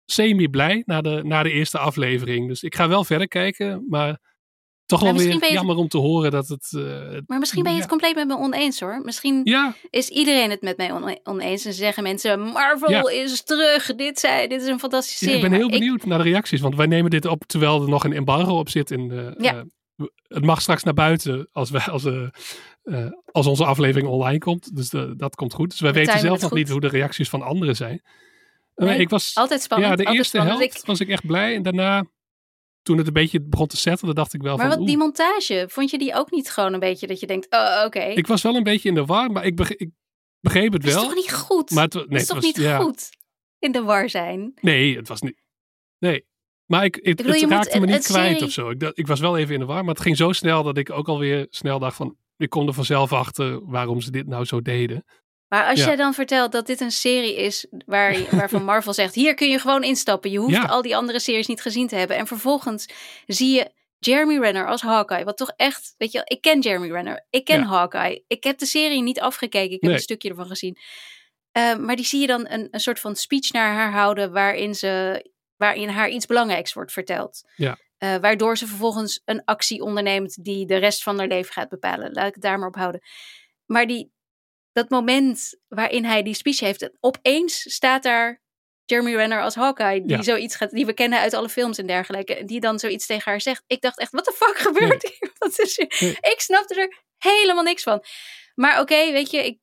semi-blij na de eerste aflevering. Dus ik ga wel verder kijken, maar toch wel weer jammer om te horen dat het... maar misschien ben je het compleet met me oneens hoor. Misschien is iedereen het met mij oneens. En zeggen mensen, Marvel is terug. Dit is een fantastische serie. Ik ben heel benieuwd naar de reacties. Want wij nemen dit op terwijl er nog een embargo op zit. Het mag straks naar buiten als onze aflevering online komt. Dus dat komt goed. Dus wij weten zelf nog niet hoe de reacties van anderen zijn. Ik was altijd spannend. Ja, de eerste helft was ik echt blij. En daarna... Toen het een beetje begon te settelen, dacht ik wel maar die montage, vond je die ook niet gewoon een beetje dat je denkt, oké. Ik was wel een beetje in de war, maar ik begreep het wel. Het is toch niet goed? Maar het is toch niet goed in de war zijn? Nee, het was niet. Nee. Maar het raakte me niet kwijt of zo. Ik was wel even in de war, maar het ging zo snel dat ik ook alweer snel dacht van, ik kom er vanzelf achter waarom ze dit nou zo deden. Maar als jij dan vertelt dat dit een serie is waarvan Marvel zegt, hier kun je gewoon instappen. Je hoeft al die andere series niet gezien te hebben. En vervolgens zie je Jeremy Renner als Hawkeye. Wat toch echt, weet je, ik ken Jeremy Renner. Ik ken Hawkeye. Ik heb de serie niet afgekeken. Ik heb een stukje ervan gezien. Maar die zie je dan een soort van speech naar haar houden waarin haar iets belangrijks wordt verteld. Ja. Waardoor ze vervolgens een actie onderneemt die de rest van haar leven gaat bepalen. Laat ik het daar maar op houden. Maar dat moment waarin hij die speech heeft, opeens staat daar Jeremy Renner als Hawkeye, die zoiets gaat, die we kennen uit alle films en dergelijke, en die dan zoiets tegen haar zegt. Ik dacht echt, wat de fuck gebeurt hier? Wat is hier? Ik snapte er helemaal niks van. Maar oké, weet je,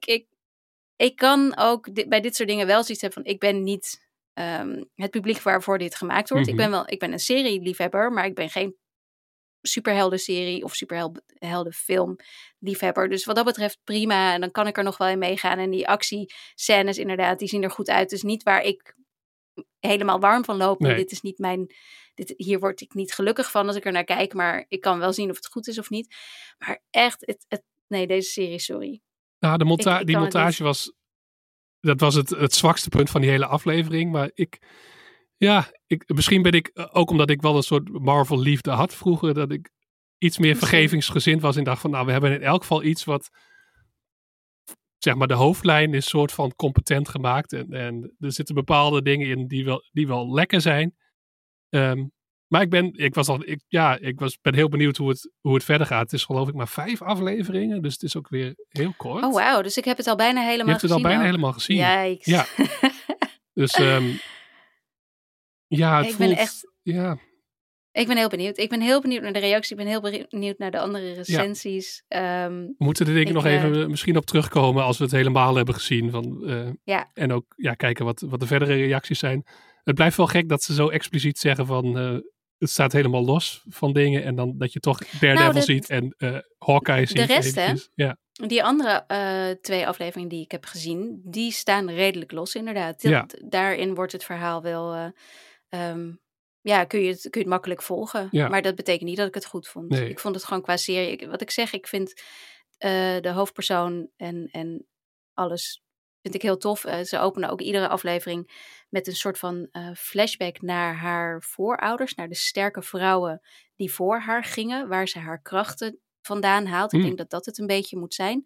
ik kan ook bij dit soort dingen wel zoiets hebben van, ik ben niet het publiek waarvoor dit gemaakt wordt. Ik ben een serieliefhebber, maar ik ben geen superheldenserie of superheldenfilm liefhebber. Dus wat dat betreft prima. En dan kan ik er nog wel in meegaan. En die actiescènes inderdaad, die zien er goed uit. Dus niet waar ik helemaal warm van loop. Nee. Dit is niet hier word ik niet gelukkig van als ik er naar kijk. Maar ik kan wel zien of het goed is of niet. Maar echt, nee, deze serie, sorry. Nou, die montage was... Dat was het zwakste punt van die hele aflevering. Maar misschien ben ik, ook omdat ik wel een soort Marvel-liefde had vroeger, dat ik iets meer vergevingsgezind was en dacht van, nou, we hebben in elk geval iets wat, zeg maar, de hoofdlijn is soort van competent gemaakt. En er zitten bepaalde dingen in die wel lekker zijn. Maar ik ben heel benieuwd hoe het verder gaat. Het is geloof ik maar 5 afleveringen, dus het is ook weer heel kort. Oh wauw, dus ik heb het al bijna helemaal gezien. Je hebt het al bijna helemaal gezien. Yikes. Ja. Dus ik ben heel benieuwd. Ik ben heel benieuwd naar de reactie. Ik ben heel benieuwd naar de andere recensies. We moeten er denk ik nog even misschien op terugkomen als we het helemaal hebben gezien. En ook kijken wat de verdere reacties zijn. Het blijft wel gek dat ze zo expliciet zeggen van het staat helemaal los van dingen. En dan dat je toch Daredevil ziet en Hawkeye ziet. De rest eventjes. Hè? Ja. Die andere 2 afleveringen die ik heb gezien, die staan redelijk los inderdaad. Daarin wordt het verhaal wel... kun je het makkelijk volgen. Ja. Maar dat betekent niet dat ik het goed vond. Nee. Ik vond het gewoon qua serie... Wat ik zeg, ik vind de hoofdpersoon en alles vind ik heel tof. Ze openen ook iedere aflevering met een soort van flashback naar haar voorouders. Naar de sterke vrouwen die voor haar gingen. Waar ze haar krachten vandaan haalt. Ik denk dat het een beetje moet zijn.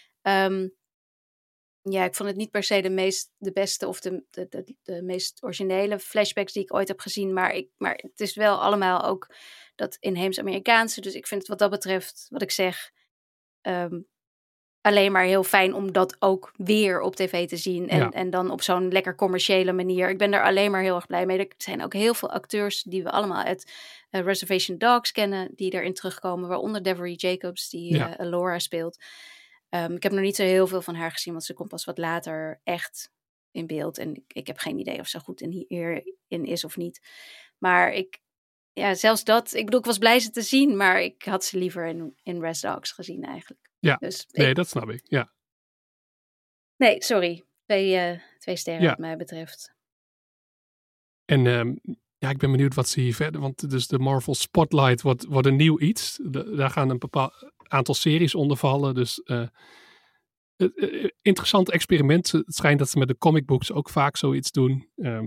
Ik vond het niet per se de beste of de meest originele flashbacks die ik ooit heb gezien. Maar het is wel allemaal ook dat inheems-Amerikaanse. Dus ik vind het wat dat betreft, wat ik zeg, alleen maar heel fijn om dat ook weer op tv te zien. En dan op zo'n lekker commerciële manier. Ik ben daar alleen maar heel erg blij mee. Er zijn ook heel veel acteurs die we allemaal uit Reservation Dogs kennen, die erin terugkomen. Waaronder Devery Jacobs, die Laura speelt. Ik heb nog niet zo heel veel van haar gezien, want ze komt pas wat later echt in beeld. En ik heb geen idee of ze goed hierin is of niet. Maar zelfs dat, ik bedoel, ik was blij ze te zien, maar ik had ze liever in Res Dogs gezien eigenlijk. Ja, dus dat snap ik, ja. Nee, sorry. 2 sterren wat mij betreft. En ik ben benieuwd wat ze hier verder, want dus de Marvel Spotlight wordt een nieuw iets. Daar gaan een bepaald aantal series onder vallen. Dus interessant experiment. Het schijnt dat ze met de comic books ook vaak zoiets doen.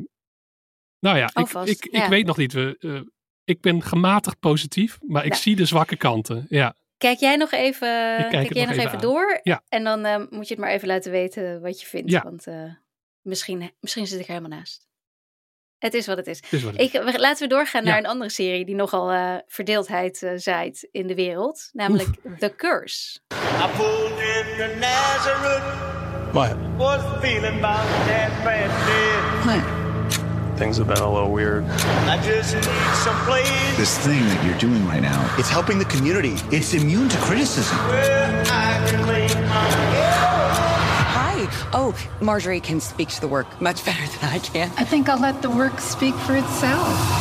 Ik weet nog niet. Ik ben gematigd positief, maar ik zie de zwakke kanten. Ja. Kijk jij nog even door? Ja. En dan moet je het maar even laten weten wat je vindt. Ja. Want misschien zit ik er helemaal naast. Het is wat het is. Laten we doorgaan naar een andere serie die nogal verdeeldheid zaait in de wereld. Namelijk The Curse. I pulled into Nazareth. What? Was feeling about that bad day. What? Things have been a little weird. I just need some place. This thing that you're doing right now, it's helping the community. It's immune to criticism. Where I can lay my head. Hi. Oh, Marjorie can speak to the work much better than I can. I think I'll let the work speak for itself.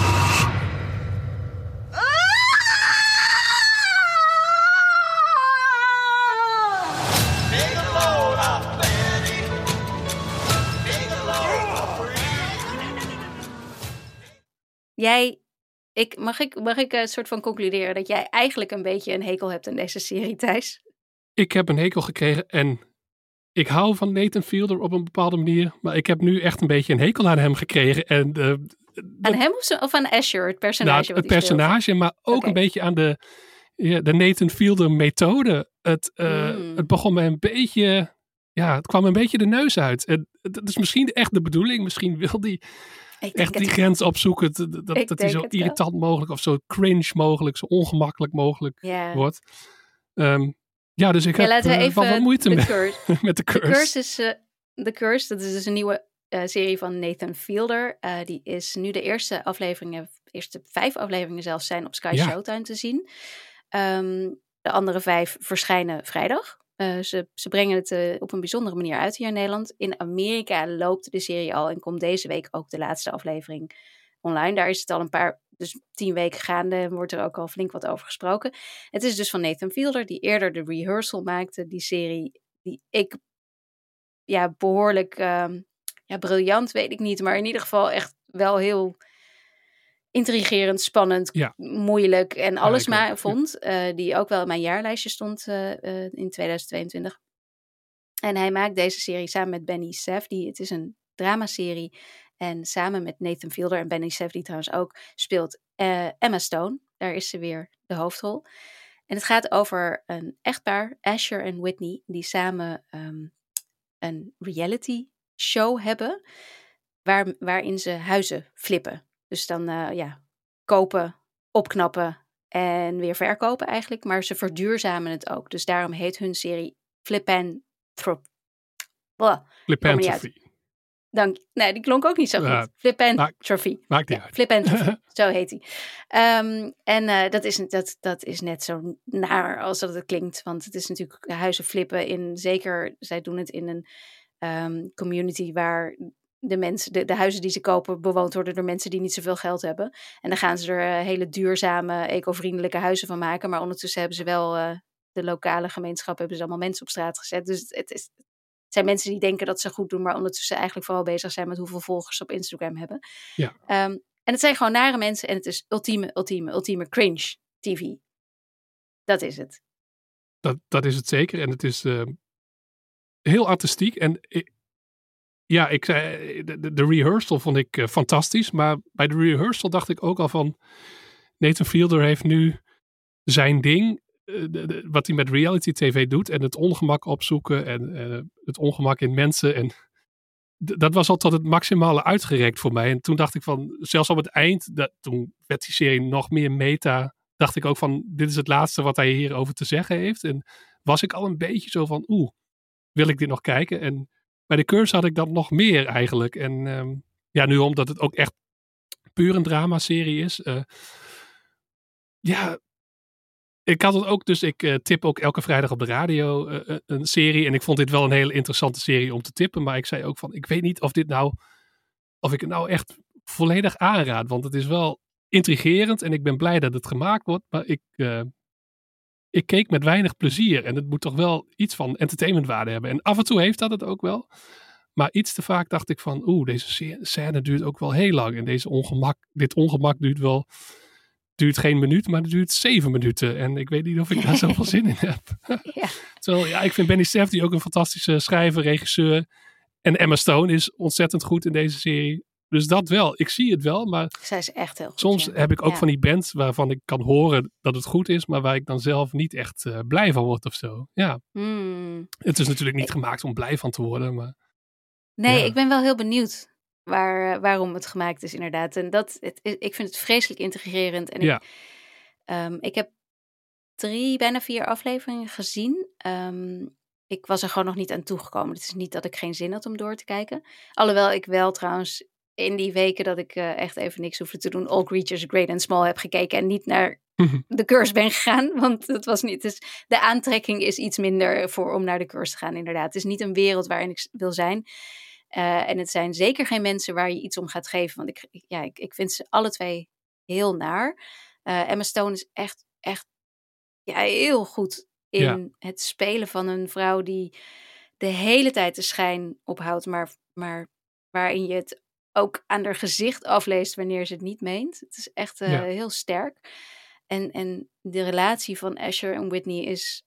Mag ik een soort van concluderen dat jij eigenlijk een beetje een hekel hebt aan deze serie, Thijs? Ik heb een hekel gekregen en ik hou van Nathan Fielder op een bepaalde manier, maar ik heb nu echt een beetje een hekel aan hem gekregen. En, aan hem of aan Asher, het personage? Nou, het personage, maar ook een beetje aan de Nathan Fielder methode. Het begon me een beetje, het kwam een beetje de neus uit. Dat is misschien echt de bedoeling, misschien wil die echt die grens opzoeken, dat hij zo irritant mogelijk of zo cringe mogelijk, zo ongemakkelijk mogelijk wordt. Dus ik heb wel wat moeite met The Curse. The Curse, dat is dus een nieuwe serie van Nathan Fielder. Die is nu de eerste 5 afleveringen zelfs zijn op Sky Showtime te zien. De andere 5 verschijnen vrijdag. Ze brengen het op een bijzondere manier uit hier in Nederland. In Amerika loopt de serie al en komt deze week ook de laatste aflevering online. Daar is het al dus 10 weken gaande en wordt er ook al flink wat over gesproken. Het is dus van Nathan Fielder, die eerder The Rehearsal maakte. Die serie die ik behoorlijk briljant, weet ik niet. Maar in ieder geval echt wel heel intrigerend, spannend, moeilijk en alles vond. Die ook wel in mijn jaarlijstje stond in 2022. En hij maakt deze serie samen met Benny Safdie. Het is een dramaserie. En samen met Nathan Fielder en Benny Safdie trouwens ook speelt Emma Stone. Daar is ze weer de hoofdrol. En het gaat over een echtpaar, Asher en Whitney, die samen een reality show hebben. Waarin ze huizen flippen. Dus dan kopen, opknappen en weer verkopen eigenlijk. Maar ze verduurzamen het ook. Dus daarom heet hun serie Flipantropy. Nee, die klonk ook niet zo goed. Flipantropy. Maakt niet uit. Flipantropy, zo heet hij. Dat is net zo naar als dat het klinkt. Want het is natuurlijk huizen flippen zij doen het in een community waar de mensen, de huizen die ze kopen bewoond worden door mensen die niet zoveel geld hebben. En dan gaan ze er hele duurzame, eco-vriendelijke huizen van maken. Maar ondertussen hebben ze wel de lokale gemeenschap, hebben ze allemaal mensen op straat gezet. Dus het zijn mensen die denken dat ze goed doen, maar ondertussen eigenlijk vooral bezig zijn met hoeveel volgers ze op Instagram hebben. Ja. En het zijn gewoon nare mensen en het is ultieme cringe TV. Dat is het. Dat is het zeker. En het is heel artistiek. En ik zei, de rehearsal vond ik fantastisch. Maar bij de rehearsal dacht ik ook al van, Nathan Fielder heeft nu zijn ding, wat hij met reality tv doet. En het ongemak opzoeken en het ongemak in mensen. En dat was al tot het maximale uitgerekt voor mij. En toen dacht ik van, zelfs op het eind, toen werd die serie nog meer meta, dacht ik ook van, dit is het laatste wat hij hierover te zeggen heeft. En was ik al een beetje zo van, wil ik dit nog kijken? En bij The Curse had ik dat nog meer eigenlijk. En nu omdat het ook echt puur een dramaserie is. Ik had het ook, dus ik tip ook elke vrijdag op de radio een serie. En ik vond dit wel een hele interessante serie om te tippen. Maar ik zei ook van, ik weet niet of ik het nou echt volledig aanraad. Want het is wel intrigerend en ik ben blij dat het gemaakt wordt. Maar ik keek met weinig plezier. En het moet toch wel iets van entertainmentwaarde hebben. En af en toe heeft dat het ook wel. Maar iets te vaak dacht ik van, deze scène duurt ook wel heel lang. En dit ongemak duurt geen minuut, maar het duurt 7 minuten. En ik weet niet of ik daar zoveel zin in heb. Ja. Terwijl, ik vind Benny Safdie ook een fantastische schrijver, regisseur. En Emma Stone is ontzettend goed in deze serie. Dus dat wel. Ik zie het wel, maar zij is echt heel goed, soms heb ik ook van die bands waarvan ik kan horen dat het goed is, maar waar ik dan zelf niet echt blij van word of zo. Ja. Het is natuurlijk niet gemaakt om blij van te worden, maar... Nee, ik ben wel heel benieuwd waarom het gemaakt is inderdaad. En ik vind het vreselijk integrerend. En ik heb 3, bijna 4 afleveringen gezien. Ik was er gewoon nog niet aan toegekomen. Het is niet dat ik geen zin had om door te kijken. Alhoewel ik wel trouwens in die weken dat ik echt even niks hoefde te doen, All Creatures Great and Small heb gekeken en niet naar de Curse ben gegaan. Want dat was niet. Dus de aantrekking is iets minder om naar de Curse te gaan, inderdaad. Het is niet een wereld waarin ik wil zijn. En het zijn zeker geen mensen waar je iets om gaat geven. Want ik vind ze alle twee heel naar. Emma Stone is echt heel goed in het spelen van een vrouw die de hele tijd de schijn ophoudt, maar waarin je het ook aan haar gezicht afleest wanneer ze het niet meent. Het is echt heel sterk. En de relatie van Asher en Whitney is...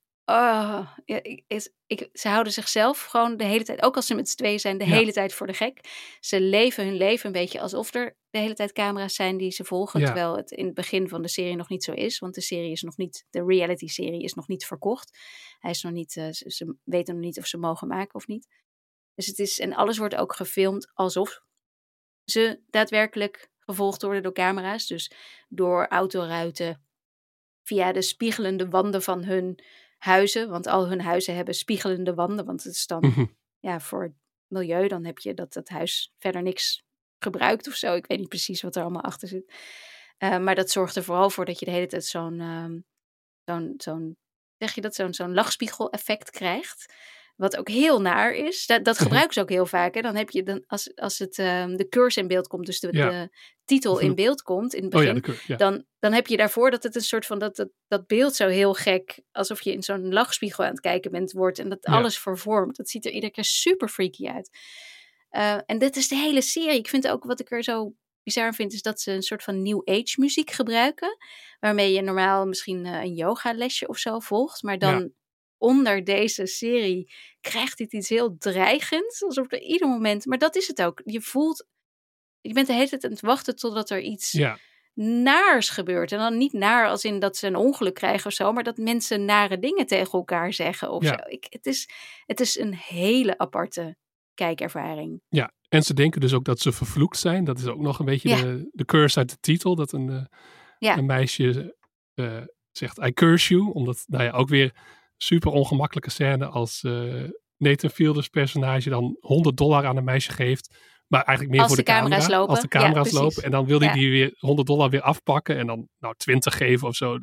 ze houden zichzelf gewoon de hele tijd, ook als ze met z'n tweeën zijn, de hele tijd voor de gek. Ze leven hun leven een beetje alsof er de hele tijd camera's zijn die ze volgen. Terwijl het in het begin van de serie nog niet zo is. Want de reality serie is nog niet verkocht. Hij is nog niet, ze weten nog niet of ze mogen maken of niet. Dus en alles wordt ook gefilmd alsof ze daadwerkelijk gevolgd worden door camera's. Dus door autoruiten, via de spiegelende wanden van hun huizen. Want al hun huizen hebben spiegelende wanden. Want het is dan voor het milieu. Dan heb je dat huis verder niks gebruikt of zo. Ik weet niet precies wat er allemaal achter zit. Maar dat zorgt er vooral voor dat je de hele tijd zo'n lachspiegel effect krijgt. Wat ook heel naar is. Dat gebruiken ze ook heel vaak. Hè. Dan heb je als het de curse in beeld komt, dus de titel in beeld komt in het begin, dan heb je daarvoor dat het een soort van dat beeld zo heel gek, alsof je in zo'n lachspiegel aan het kijken bent, wordt en dat alles vervormt. Dat ziet er iedere keer super freaky uit. En dit is de hele serie. Ik vind ook, wat ik er zo bizar vind, is dat ze een soort van new age muziek gebruiken, waarmee je normaal misschien een yogalesje of zo volgt, maar dan onder deze serie krijgt dit iets heel dreigends, alsof er ieder moment, maar dat is het ook. Je bent de hele tijd aan het wachten totdat er iets naars gebeurt. En dan niet naar als in dat ze een ongeluk krijgen of zo, maar dat mensen nare dingen tegen elkaar zeggen of zo. Het is een hele aparte kijkervaring. Ja, en ze denken dus ook dat ze vervloekt zijn. Dat is ook nog een beetje de curse uit de titel, dat een meisje zegt I curse you, omdat ook weer super ongemakkelijke scène als Nathan Fielder's personage dan $100 aan een meisje geeft. Maar eigenlijk meer als voor de camera's lopen. Als de camera's lopen. En dan wil hij die weer $100 weer afpakken. En dan 20 geven of zo.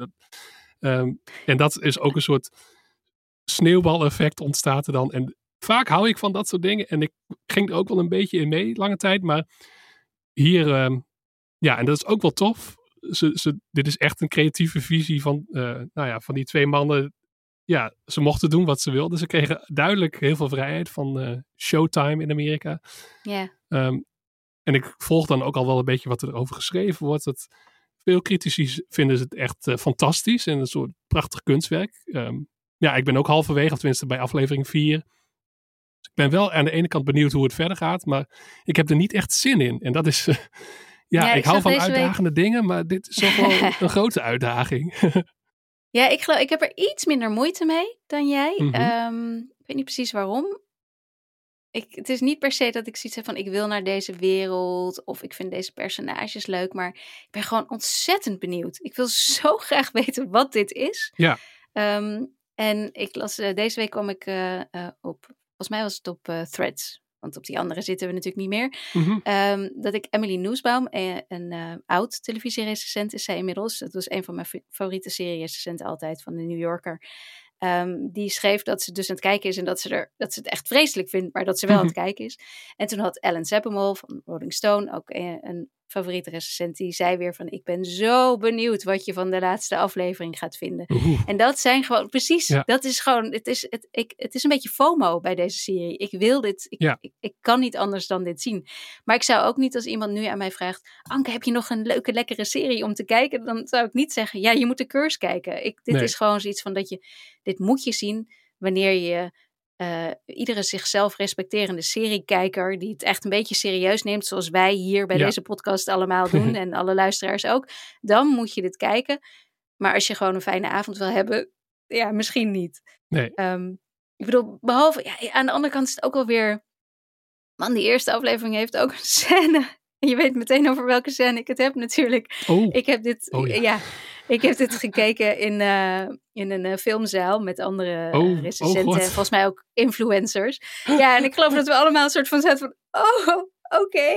En dat is ook een soort sneeuwbaleffect ontstaat er dan. En vaak hou ik van dat soort dingen. En ik ging er ook wel een beetje in mee lange tijd. Maar hier, en dat is ook wel tof. Dit is echt een creatieve visie van die twee mannen. Ja, ze mochten doen wat ze wilden. Ze kregen duidelijk heel veel vrijheid van Showtime in Amerika. Ja. En ik volg dan ook al wel een beetje wat er over geschreven wordt. Veel critici vinden het echt fantastisch en een soort prachtig kunstwerk. Ik ben ook halverwege, of tenminste bij aflevering 4. Dus ik ben wel aan de ene kant benieuwd hoe het verder gaat, maar ik heb er niet echt zin in. En dat is, ik hou van uitdagende dingen, maar dit is toch wel een grote uitdaging. Ja, ik heb er iets minder moeite mee dan jij. Ik weet niet precies waarom. Het is niet per se dat ik zoiets heb van ik wil naar deze wereld of ik vind deze personages leuk, maar ik ben gewoon ontzettend benieuwd. Ik wil zo graag weten wat dit is. Ja. En ik las, deze week kwam ik op, volgens mij was het op Threads, want op die andere zitten we natuurlijk niet meer. Dat ik Emily Nussbaum, een oud televisierecensent is zij inmiddels. Dat was een van mijn favoriete serie-recensenten altijd van de New Yorker. Die schreef dat ze dus aan het kijken is en dat ze het echt vreselijk vindt, maar dat ze wel aan het kijken is. En toen had Ellen Sepinwall van Rolling Stone, ook een favoriete recensent, die zei weer van ik ben zo benieuwd wat je van de laatste aflevering gaat vinden. En dat zijn gewoon precies, dat is gewoon, het is een beetje FOMO bij deze serie. Ik wil dit, ik kan niet anders dan dit zien. Maar ik zou ook niet, als iemand nu aan mij vraagt, Anke, heb je nog een leuke, lekkere serie om te kijken? Dan zou ik niet zeggen, ja, je moet de Curse kijken. Dit is gewoon zoiets van dit moet je zien wanneer je iedere zichzelf respecterende seriekijker die het echt een beetje serieus neemt, zoals wij hier bij deze podcast allemaal doen en alle luisteraars ook, dan moet je dit kijken. Maar als je gewoon een fijne avond wil hebben, ja, misschien niet. Nee. Ik bedoel, behalve, aan de andere kant is het ook wel weer, Man, die eerste aflevering heeft ook een scène. En je weet meteen over welke scène ik het heb natuurlijk. Ik heb dit, ik heb dit gekeken in een filmzaal met andere recensenten. En volgens mij ook influencers. Ja, en ik geloof dat we allemaal een soort van zaten van... oké.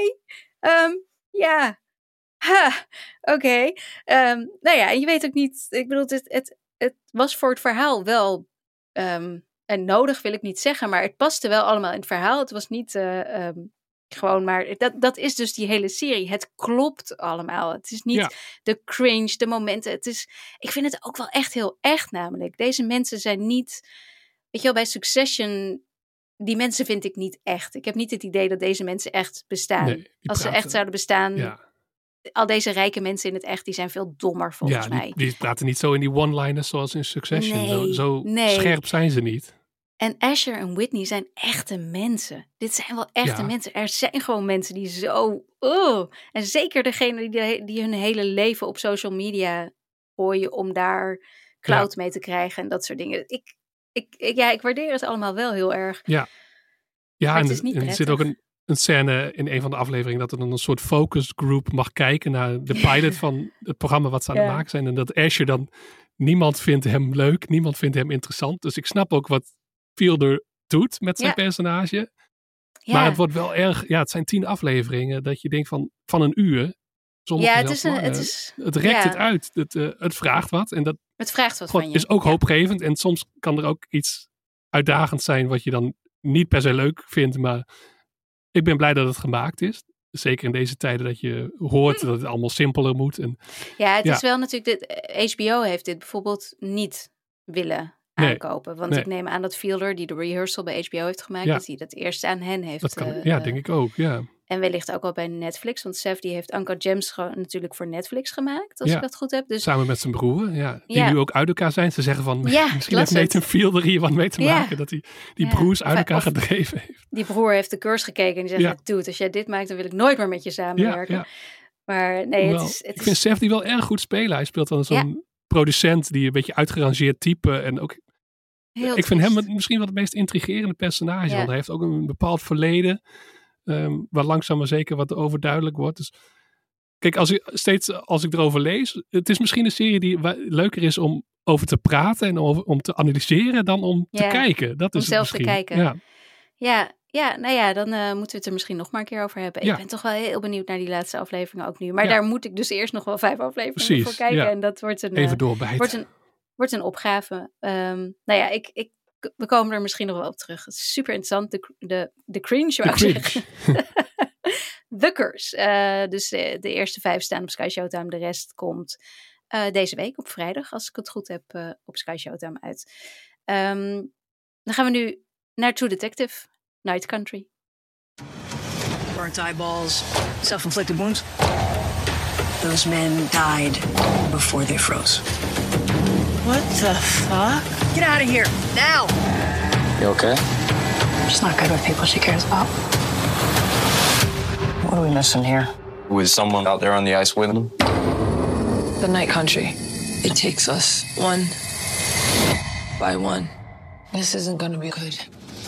Oké. Nou ja, en je weet ook niet... Ik bedoel, het was voor het verhaal wel... en nodig wil ik niet zeggen, maar het paste wel allemaal in het verhaal. Het was niet gewoon maar... Dat is dus die hele serie. Het klopt allemaal. Het is niet de cringe, de momenten. Ik vind het ook wel echt heel echt namelijk. Deze mensen zijn niet... Weet je wel, bij Succession... Die mensen vind ik niet echt. Ik heb niet het idee dat deze mensen echt bestaan. Nee, als ze echt zouden bestaan... Ja. Al deze rijke mensen in het echt, die zijn veel dommer volgens mij. Die praten niet zo in die one-liners zoals in Succession. Zo scherp zijn ze niet. En Asher en Whitney zijn echte mensen. Dit zijn wel echte mensen. Er zijn gewoon mensen die zo... En zeker degene die hun hele leven op social media gooien om daar clout mee te krijgen en dat soort dingen. Ik waardeer het allemaal wel heel erg. Ja, en het is niet prettig. Er zit ook een scène in een van de afleveringen dat er dan een soort focus group mag kijken naar de pilot van het programma wat ze aan het maken zijn. En dat Asher dan, niemand vindt hem leuk, niemand vindt hem interessant. Dus ik snap ook wat Fielder doet met zijn personage. Ja. Maar het wordt wel erg, het zijn 10 afleveringen dat je denkt van een uur. Het rekt het uit. Het vraagt wat. En het vraagt wat van je. Is ook hoopgevend. En soms kan er ook iets uitdagend zijn wat je dan niet per se leuk vindt, maar ik ben blij dat het gemaakt is. Zeker in deze tijden dat je hoort dat het allemaal simpeler moet. Het is wel natuurlijk... HBO heeft dit bijvoorbeeld niet willen aankopen. Want ik neem aan dat Fielder, die de rehearsal bij HBO heeft gemaakt, dat hij dat eerst aan hen heeft... Dat kan, denk ik ook, En wellicht ook al bij Netflix. Want Seth die heeft Uncut Gems natuurlijk voor Netflix gemaakt. Als ik dat goed heb. Dus... Samen met zijn broer. Die nu ook uit elkaar zijn. Ze zeggen van misschien heeft Nathan Fielder hier wat mee te maken. Dat hij die broers uit elkaar gedreven heeft. Die broer heeft de curse gekeken. En die zegt, dude, als jij dit maakt, dan wil ik nooit meer met je samenwerken. Maar nee, ik vind Seth die wel erg goed spelen. Hij speelt dan zo'n producent die een beetje uitgerangeerd type. En ook... Ik vind hem misschien wel het meest intrigerende personage. Want hij heeft ook een bepaald verleden... waar langzaam maar zeker wat overduidelijk wordt. Dus kijk, als ik erover lees... Het is misschien een serie die leuker is om over te praten... en om te analyseren dan om te kijken. Dat is om zelf misschien. Te kijken. Ja, nou ja, dan moeten we het er misschien nog maar een keer over hebben. Ik ben toch wel heel benieuwd naar die laatste aflevering ook nu. Maar daar moet ik dus eerst nog wel 5 afleveringen voor kijken. Ja. En dat wordt even doorbijten. Wordt een opgave. We komen er misschien nog wel op terug. Het is super interessant. De cringe, zou ik zeggen. The Curse. Dus de eerste 5 staan op Sky Showtime. De rest komt deze week op vrijdag, als ik het goed heb, op Sky Showtime uit. Dan gaan we nu naar True Detective, Night Country. Burnt eyeballs, self-inflicted wounds. Those men died before they froze. What the fuck? Get out of here, now! You okay? She's not good with people she cares about. What are we missing here? Was someone out there on the ice with them? The Night Country. It takes us one by one. This isn't gonna be good.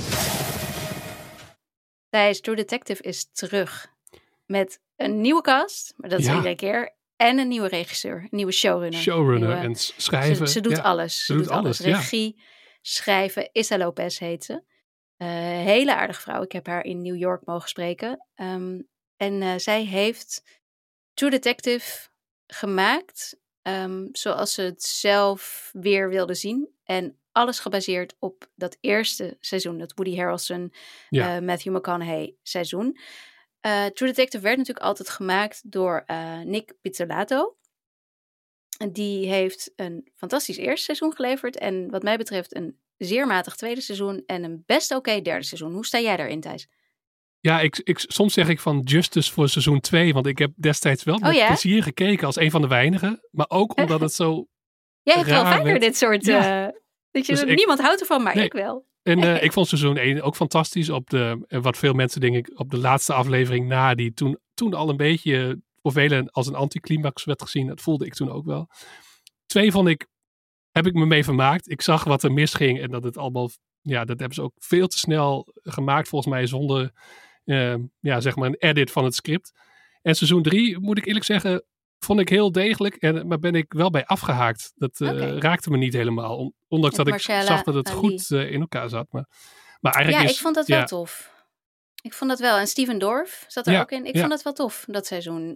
True Detective is terug. Met een nieuwe cast, maar dat is iedere keer. En een nieuwe regisseur, een nieuwe showrunner. En schrijven. Ze doet alles. Ze doet alles. Regie, schrijven. Issa Lopez heet ze. Hele aardige vrouw. Ik heb haar in New York mogen spreken. En zij heeft True Detective gemaakt zoals ze het zelf weer wilde zien. En alles gebaseerd op dat eerste seizoen. Dat Woody Harrelson, Matthew McConaughey seizoen. True Detective werd natuurlijk altijd gemaakt door Nick Pizzolatto. Die heeft een fantastisch eerste seizoen geleverd. En wat mij betreft een zeer matig tweede seizoen. En een best oké derde seizoen. Hoe sta jij daarin, Thijs? Ja, soms zeg ik van Justice voor seizoen 2. Want ik heb destijds wel met plezier gekeken als een van de weinigen. Maar ook omdat het zo Jij hebt wel vaker dit soort... niemand houdt ervan, maar ik wel. En ik vond seizoen 1 ook fantastisch. Wat veel mensen denk ik op de laatste aflevering na. Die toen al een beetje voor velen als een anticlimax werd gezien. Dat voelde ik toen ook wel. 2 heb ik me mee vermaakt. Ik zag wat er misging. En dat het allemaal... Ja, dat hebben ze ook veel te snel gemaakt volgens mij. Zonder zeg maar een edit van het script. En seizoen 3, moet ik eerlijk zeggen, vond ik heel degelijk. Maar ben ik wel bij afgehaakt. Dat raakte me niet helemaal. Ondanks dat ik zag dat het goed in elkaar zat. Maar eigenlijk ik vond dat wel tof. Ik vond dat wel. En Steven Dorff zat er ook in. Ik vond dat wel tof, dat seizoen.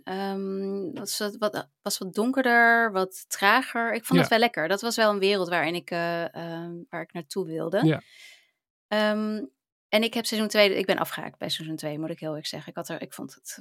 Was wat donkerder, wat trager. Ik vond het wel lekker. Dat was wel een wereld waarin waar ik naartoe wilde. Ja. En ik heb seizoen 2... Ik ben afgehaakt bij seizoen 2, moet ik heel eerlijk zeggen. Ik vond het...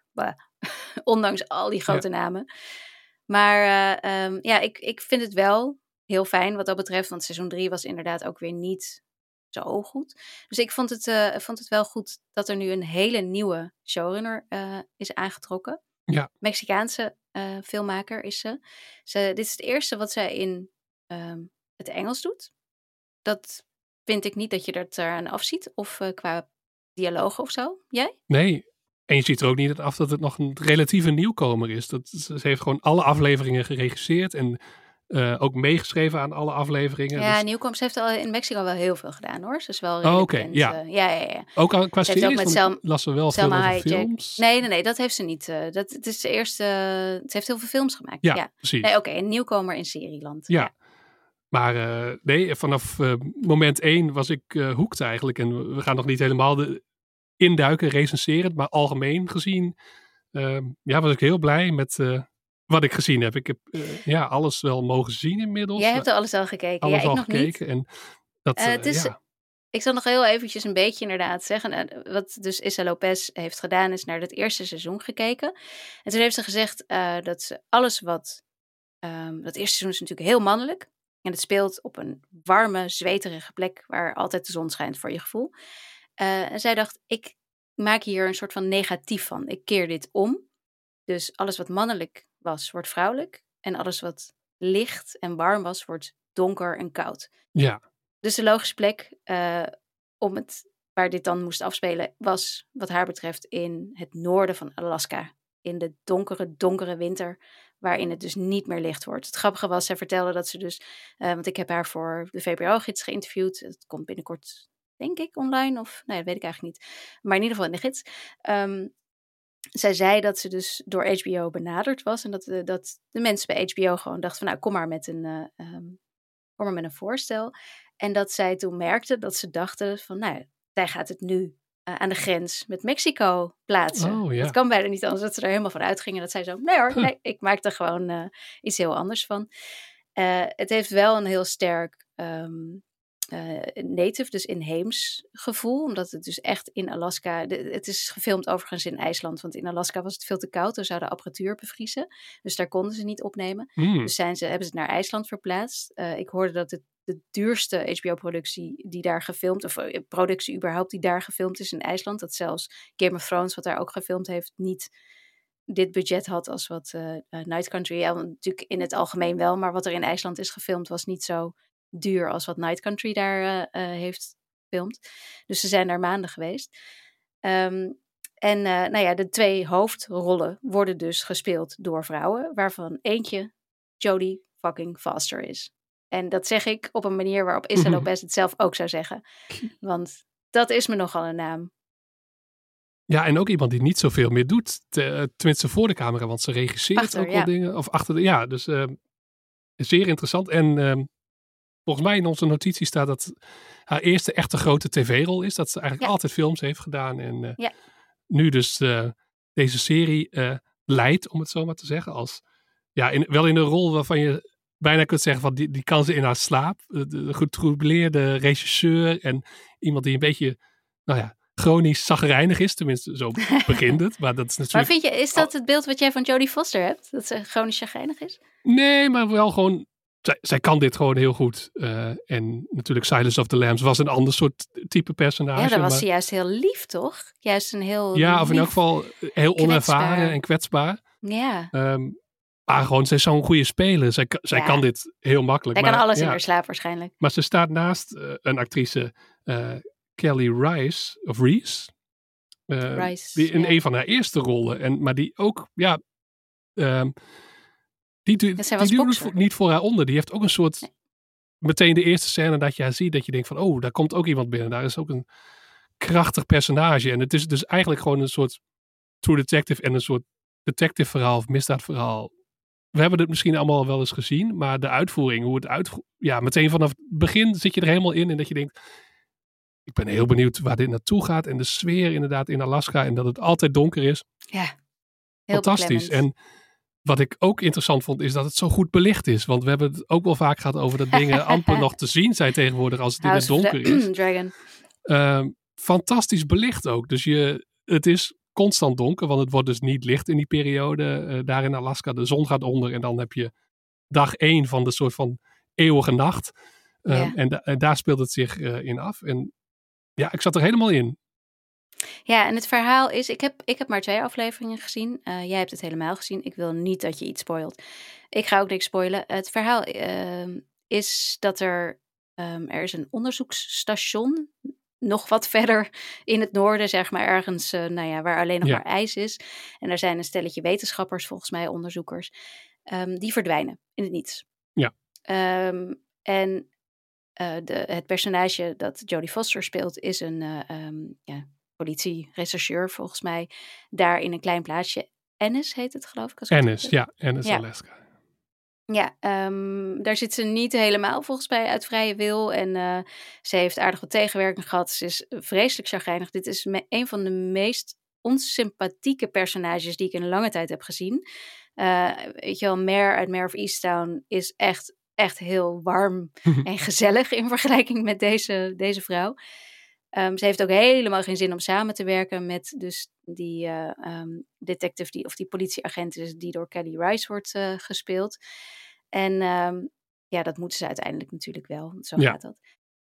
ondanks al die grote namen. Maar ik vind het wel heel fijn wat dat betreft. Want seizoen 3 was inderdaad ook weer niet zo goed. Dus ik vond het wel goed dat er nu een hele nieuwe showrunner is aangetrokken. Ja. Mexicaanse filmmaker is ze. Dit is het eerste wat zij in het Engels doet. Dat vind ik niet dat je dat eraan afziet. Of qua dialogen of zo. Jij? Nee. En je ziet er ook niet af dat het nog een relatieve nieuwkomer is. Ze heeft gewoon alle afleveringen geregisseerd en ook meegeschreven aan alle afleveringen. Ja, nieuwkomers heeft al in Mexico wel heel veel gedaan hoor. Ze is wel redelijk bekend. Ja. Ook al qua series, las ze wel veel over films. Nee, dat heeft ze niet. Het is de eerste. Het heeft heel veel films gemaakt. Ja. Precies. Nee, een nieuwkomer in serieland. Ja. Maar vanaf moment 1 was ik hooked eigenlijk. En we gaan nog niet helemaal induiken, recenseren. Maar algemeen gezien was ik heel blij met wat ik gezien heb. Ik heb alles wel mogen zien inmiddels. Jij hebt er alles al gekeken. Alles ik al nog gekeken. niet. En dat, Ik zal nog heel eventjes een beetje inderdaad zeggen. Wat dus Issa Lopez heeft gedaan is naar het eerste seizoen gekeken. En toen heeft ze gezegd dat ze alles wat... dat eerste seizoen is natuurlijk heel mannelijk. En het speelt op een warme, zweterige plek waar altijd de zon schijnt voor je gevoel. En zij dacht, ik maak hier een soort van negatief van. Ik keer dit om. Dus alles wat mannelijk was, wordt vrouwelijk. En alles wat licht en warm was, wordt donker en koud. Ja. Dus de logische plek waar dit dan moest afspelen, was wat haar betreft in het noorden van Alaska. In de donkere winter, waarin het dus niet meer licht wordt. Het grappige was, zij vertelde dat ze dus... want ik heb haar voor de VPRO-gids geïnterviewd. Het komt binnenkort, denk ik, online. Of nee, dat weet ik eigenlijk niet. Maar in ieder geval in de gids. Zij zei dat ze dus door HBO benaderd was. En dat de mensen bij HBO gewoon dachten van... nou, kom maar met een voorstel. En dat zij toen merkte dat ze dachten van... nou, zij gaat het nu aan de grens met Mexico plaatsen. Oh, ja. Het kan bijna niet anders dat ze er helemaal van uitgingen. Dat zij zo, nee, ik maak er gewoon iets heel anders van. Het heeft wel een heel sterk native, dus inheems gevoel. Omdat het dus echt in Alaska... Het is gefilmd overigens in IJsland. Want in Alaska was het veel te koud. Er zou de apparatuur bevriezen. Dus daar konden ze niet opnemen. Dus hebben ze het naar IJsland verplaatst. Ik hoorde dat de duurste HBO-productie die daar gefilmd... of productie überhaupt die daar gefilmd is in IJsland... dat zelfs Game of Thrones, wat daar ook gefilmd heeft... niet dit budget had als wat Night Country... Ja, natuurlijk in het algemeen wel... maar wat er in IJsland is gefilmd was niet zo duur... als wat Night Country daar heeft gefilmd. Dus ze zijn daar maanden geweest. De 2 hoofdrollen worden dus gespeeld door vrouwen... waarvan eentje Jodie fucking Foster is. En dat zeg ik op een manier waarop Issa Lopez het zelf ook zou zeggen. Want dat is me nogal een naam. Ja, en ook iemand die niet zoveel meer doet. Tenminste voor de camera, want ze regisseert ook wel dingen. Of achter dus zeer interessant. En volgens mij in onze notitie staat dat haar eerste echte grote tv-rol is. Dat ze eigenlijk altijd films heeft gedaan. En nu dus deze serie leidt, om het zo maar te zeggen. Als, wel in een rol waarvan je bijna kunt zeggen van die kan ze in haar slaap. De getroubleerde regisseur en iemand die een beetje, chronisch chagrijnig is. Tenminste, zo begint het. Maar dat is natuurlijk... Maar vind je, is dat het beeld wat jij van Jodie Foster hebt? Dat ze chronisch chagrijnig is? Nee, maar wel gewoon... Zij kan dit gewoon heel goed. En natuurlijk Silence of the Lambs was een ander soort type personage. Ja, dan was ze juist heel lief, toch? Juist een heel Ja, of in lief, elk geval heel onervaren en kwetsbaar. Ja. Maar gewoon, zij is zo'n goede speler. Zij kan dit heel makkelijk. Zij kan alles in haar slaap waarschijnlijk. Maar ze staat naast een actrice, Kelly Reese. Die in een van haar eerste rollen. Maar die ook, die doet het niet voor haar onder. Die heeft ook een soort... Meteen de eerste scène dat je haar ziet, dat je denkt van, daar komt ook iemand binnen. Daar is ook een krachtig personage. En het is dus eigenlijk gewoon een soort True Detective en een soort detective verhaal of misdaadverhaal. We hebben het misschien allemaal wel eens gezien, maar de uitvoering, hoe het meteen vanaf het begin zit je er helemaal in en dat je denkt, ik ben heel benieuwd waar dit naartoe gaat en de sfeer inderdaad in Alaska en dat het altijd donker is. Ja, heel fantastisch. En wat ik ook interessant vond, is dat het zo goed belicht is. Want we hebben het ook wel vaak gehad over dat dingen amper nog te zien zijn tegenwoordig als het in het donker is. Dragon. Fantastisch belicht ook. Dus het is constant donker, want het wordt dus niet licht in die periode. Daar in Alaska, de zon gaat onder en dan heb je dag 1 van de soort van eeuwige nacht. En daar speelt het zich in af. En ja, ik zat er helemaal in. Ja, en het verhaal is, ik heb maar 2 afleveringen gezien. Jij hebt het helemaal gezien. Ik wil niet dat je iets spoilt. Ik ga ook niks spoilen. Het verhaal is dat er is een onderzoeksstation, nog wat verder in het noorden, zeg maar ergens waar alleen nog maar ijs is. En er zijn een stelletje wetenschappers, volgens mij onderzoekers, die verdwijnen in het niets. Ja. Het personage dat Jodie Foster speelt is een politie-rechercheur volgens mij, daar in een klein plaatsje. Ennis heet het, geloof ik. Ennis, Alaska. Ja, daar zit ze niet helemaal volgens mij uit vrije wil. En ze heeft aardig wat tegenwerking gehad. Ze is vreselijk chagrijnig. Dit is een van de meest onsympathieke personages die ik in een lange tijd heb gezien. Weet je wel, Mare uit Mare of Easttown is echt heel warm en gezellig in vergelijking met deze vrouw. Ze heeft ook helemaal geen zin om samen te werken met dus die detective of die politieagent is die door Kelly Rice wordt gespeeld. En dat moeten ze uiteindelijk natuurlijk wel. Zo gaat dat.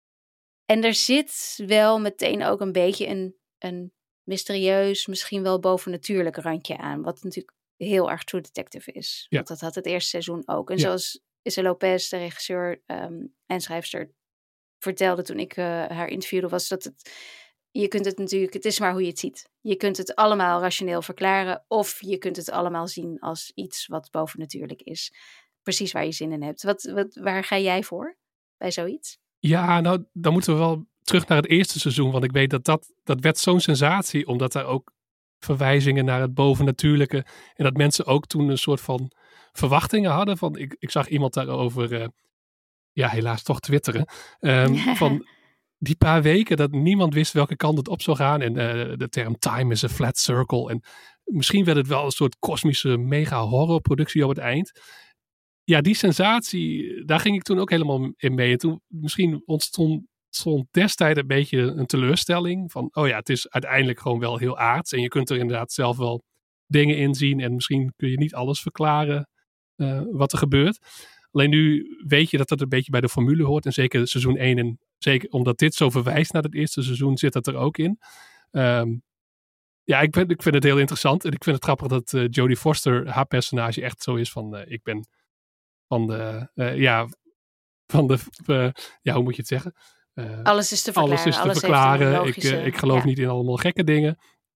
En er zit wel meteen ook een beetje een mysterieus, misschien wel bovennatuurlijk randje aan. Wat natuurlijk heel erg True Detective is. Ja. Want dat had het eerste seizoen ook. En zoals Issa Lopez, de regisseur en schrijfster, vertelde toen ik haar interviewde, was dat je kunt het natuurlijk, het is maar hoe je het ziet. Je kunt het allemaal rationeel verklaren of je kunt het allemaal zien als iets wat bovennatuurlijk is. Precies waar je zin in hebt. Waar ga jij voor bij zoiets? Ja, nou, dan moeten we wel terug naar het eerste seizoen, want ik weet dat werd zo'n sensatie, omdat er ook verwijzingen naar het bovennatuurlijke en dat mensen ook toen een soort van verwachtingen hadden. Van, ik zag iemand daarover helaas toch twitteren. Van die paar weken dat niemand wist welke kant het op zou gaan. En de term time is a flat circle. En misschien werd het wel een soort kosmische mega horrorproductie op het eind. Ja, die sensatie, daar ging ik toen ook helemaal in mee. En toen misschien ontstond destijds een beetje een teleurstelling. Van, het is uiteindelijk gewoon wel heel aards. En je kunt er inderdaad zelf wel dingen in zien. En misschien kun je niet alles verklaren wat er gebeurt. Alleen nu weet je dat dat een beetje bij de formule hoort. En zeker seizoen 1. En zeker omdat dit zo verwijst naar het eerste seizoen, zit dat er ook in. Ik vind het heel interessant. En ik vind het grappig dat Jodie Foster, haar personage, echt zo is van... ik ben van de... hoe moet je het zeggen? Alles is te verklaren. Alles is te verklaren. Ik geloof niet in allemaal gekke dingen.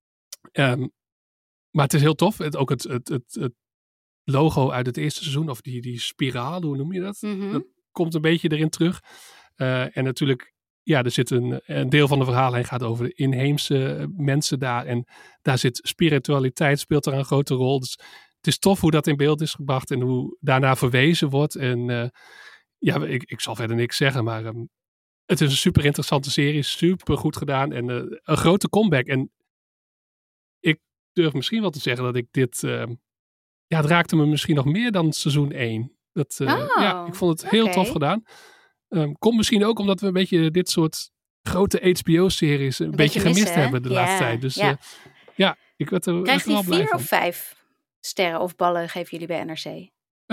Maar het is heel tof. Ook het logo uit het eerste seizoen, of die spiraal, hoe noem je dat? Mm-hmm. Dat komt een beetje erin terug. En natuurlijk, er zit een deel van de verhaallijn gaat over de inheemse mensen daar. En daar zit spiritualiteit, speelt er een grote rol. Dus het is tof hoe dat in beeld is gebracht en hoe daarna verwezen wordt. En ik zal verder niks zeggen, maar het is een super interessante serie, super goed gedaan en een grote comeback. En ik durf misschien wel te zeggen dat ik dit... het raakte me misschien nog meer dan seizoen 1. Ik vond het heel tof gedaan. Komt misschien ook omdat we een beetje dit soort grote HBO-series een beetje gemist hebben de laatste tijd. Dus ik werd er Krijgt wel blij van. 4 of 5 sterren of ballen geven jullie bij NRC?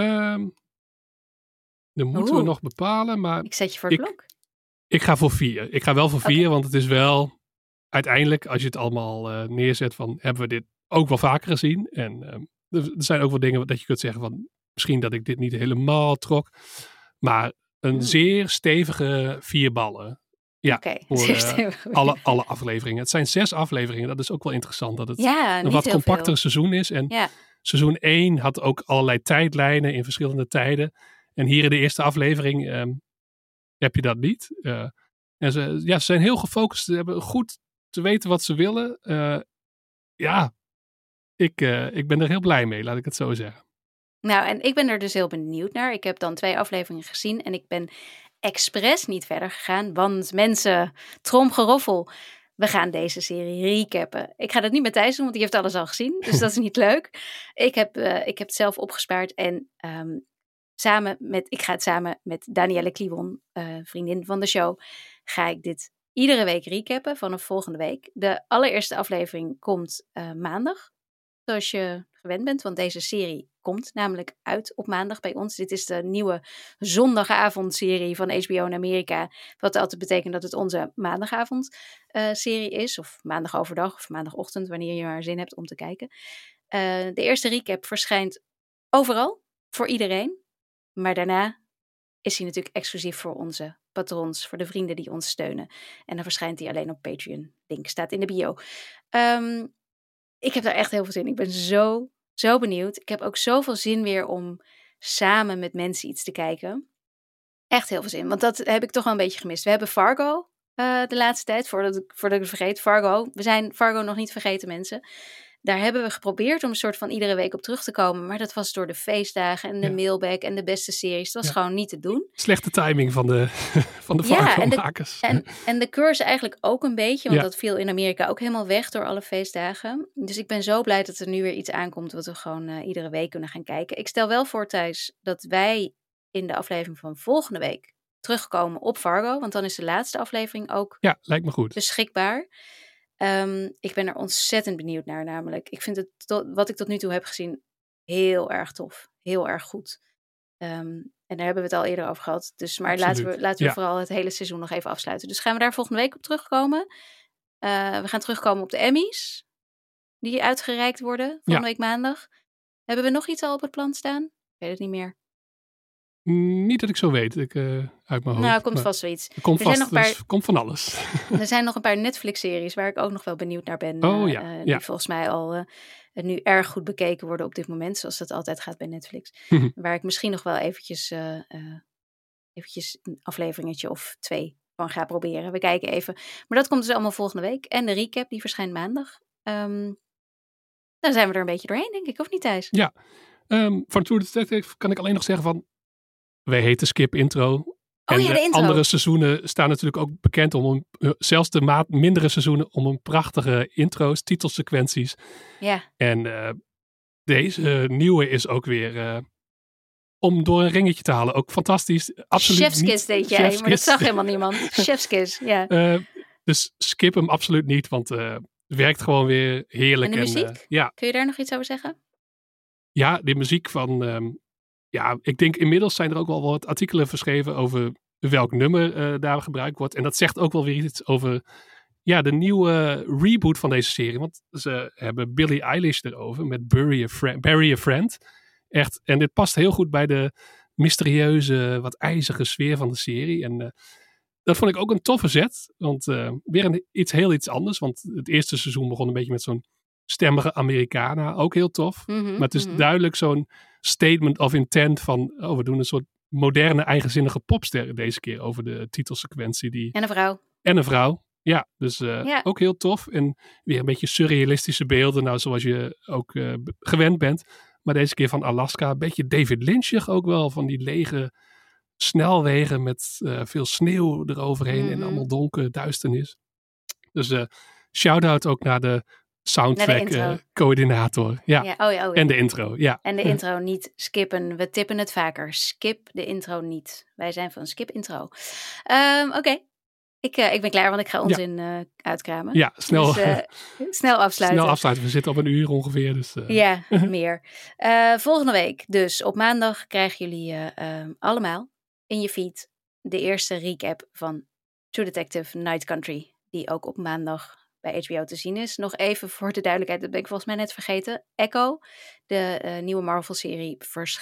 Dat moeten we nog bepalen. Maar ik zet je voor het blok. Ik ga voor 4. Ik ga wel voor 4, want het is wel uiteindelijk, als je het allemaal neerzet, van hebben we dit ook wel vaker gezien. En er zijn ook wel dingen dat je kunt zeggen van misschien dat ik dit niet helemaal trok. Maar een zeer stevige 4 ballen. Ja, voor alle afleveringen. Het zijn 6 afleveringen. Dat is ook wel interessant. Dat het een wat compacter seizoen is. En seizoen 1 had ook allerlei tijdlijnen in verschillende tijden. En hier in de eerste aflevering heb je dat niet. En ze zijn heel gefocust. Ze hebben goed Ze weten wat ze willen. Ik ben er heel blij mee, laat ik het zo zeggen. Nou, en ik ben er dus heel benieuwd naar. Ik heb dan 2 afleveringen gezien en ik ben expres niet verder gegaan. Want mensen, tromgeroffel, we gaan deze serie recappen. Ik ga dat niet met Thijs doen, want die heeft alles al gezien. Dus dat is niet leuk. Ik heb het zelf opgespaard en ik ga het samen met Danielle Kliwon, vriendin van de show, ga ik dit iedere week recappen vanaf volgende week. De allereerste aflevering komt maandag, zoals je gewend bent, want deze serie komt namelijk uit op maandag bij ons. Dit is de nieuwe zondagavondserie van HBO in Amerika, wat altijd betekent dat het onze maandagavondserie is, of maandag overdag of maandagochtend, wanneer je maar zin hebt om te kijken. De eerste recap verschijnt overal, voor iedereen, maar daarna is hij natuurlijk exclusief voor onze patrons, voor de vrienden die ons steunen. En dan verschijnt hij alleen op Patreon. Link staat in de bio. Ik heb daar echt heel veel zin in. Ik ben zo benieuwd. Ik heb ook zoveel zin weer om samen met mensen iets te kijken. Echt heel veel zin. Want dat heb ik toch wel een beetje gemist. We hebben Fargo de laatste tijd, voordat ik het vergeet. Fargo. We zijn Fargo nog niet vergeten, mensen. Daar hebben we geprobeerd om een soort van iedere week op terug te komen. Maar dat was door de feestdagen en de mailback en de beste series. Dat was gewoon niet te doen. Slechte timing van de Fargo-makers. En de curse eigenlijk ook een beetje. Want dat viel in Amerika ook helemaal weg door alle feestdagen. Dus ik ben zo blij dat er nu weer iets aankomt wat we gewoon iedere week kunnen gaan kijken. Ik stel wel voor, Thijs, dat wij in de aflevering van volgende week terugkomen op Fargo. Want dan is de laatste aflevering ook lijkt me goed. Beschikbaar. Ik ben er ontzettend benieuwd naar namelijk. Ik vind het, wat ik tot nu toe heb gezien, heel erg tof. Heel erg goed. En daar hebben we het al eerder over gehad. Dus, maar laten we vooral het hele seizoen nog even afsluiten. Dus gaan we daar volgende week op terugkomen. We gaan terugkomen op de Emmys. Die uitgereikt worden volgende week maandag. Hebben we nog iets al op het plan staan? Ik weet het niet meer. Niet dat ik zo weet, uit mijn hoofd. Nou, komt vast zoiets. Komt van alles. Er zijn nog een paar Netflix-series waar ik ook nog wel benieuwd naar ben. Die volgens mij al nu erg goed bekeken worden op dit moment, zoals dat altijd gaat bij Netflix. Waar ik misschien nog wel eventjes een afleveringetje of 2 van ga proberen. We kijken even. Maar dat komt dus allemaal volgende week. En de recap, die verschijnt maandag. Dan zijn we er een beetje doorheen, denk ik. Of niet, Thijs? Ja. Van True Detective kan ik alleen nog zeggen van, wij heten Skip Intro. En de intro. Andere seizoenen staan natuurlijk ook bekend om, zelfs de mindere seizoenen, om een prachtige intro's, titelsequenties. Ja. En deze nieuwe is ook weer om door een ringetje te halen. Ook fantastisch. Absoluut Chefskiss deed jij, maar dat zag helemaal niemand. Chefskiss, ja. Dus skip hem absoluut niet, want het werkt gewoon weer heerlijk. En de muziek? Kun je daar nog iets over zeggen? Ja, de muziek van... ik denk inmiddels zijn er ook wel wat artikelen verschreven over welk nummer daar gebruikt wordt. En dat zegt ook wel weer iets over de nieuwe reboot van deze serie. Want ze hebben Billie Eilish erover met Bury a Friend. Echt, en dit past heel goed bij de mysterieuze, wat ijzige sfeer van de serie. En dat vond ik ook een toffe zet. Want weer iets anders. Want het eerste seizoen begon een beetje met zo'n stemmige Americana. Ook heel tof. Maar het is duidelijk zo'n statement of intent van, we doen een soort moderne, eigenzinnige popster deze keer over de titelsequentie. En een vrouw. En een vrouw. Ja, dus ook heel tof. En weer een beetje surrealistische beelden, nou zoals je ook gewend bent. Maar deze keer van Alaska, een beetje David Lynchig ook wel, van die lege snelwegen met veel sneeuw eroverheen en allemaal donker, duisternis. Dus shout-out ook naar de soundtrack-coördinator. Ja. En de intro, ja. En de intro niet skippen. We tippen het vaker. Skip de intro niet. Wij zijn van skip intro. Oké. Ik ben klaar, want ik ga onzin uitkramen. Ja, snel afsluiten. Snel afsluiten. We zitten op een uur ongeveer. Dus, Ja, meer. Volgende week, dus op maandag, krijgen jullie allemaal in je feed de eerste recap van True Detective Night Country. Die ook op maandag bij HBO te zien is. Nog even voor de duidelijkheid, dat ben ik volgens mij net vergeten. Echo, de nieuwe Marvel-serie,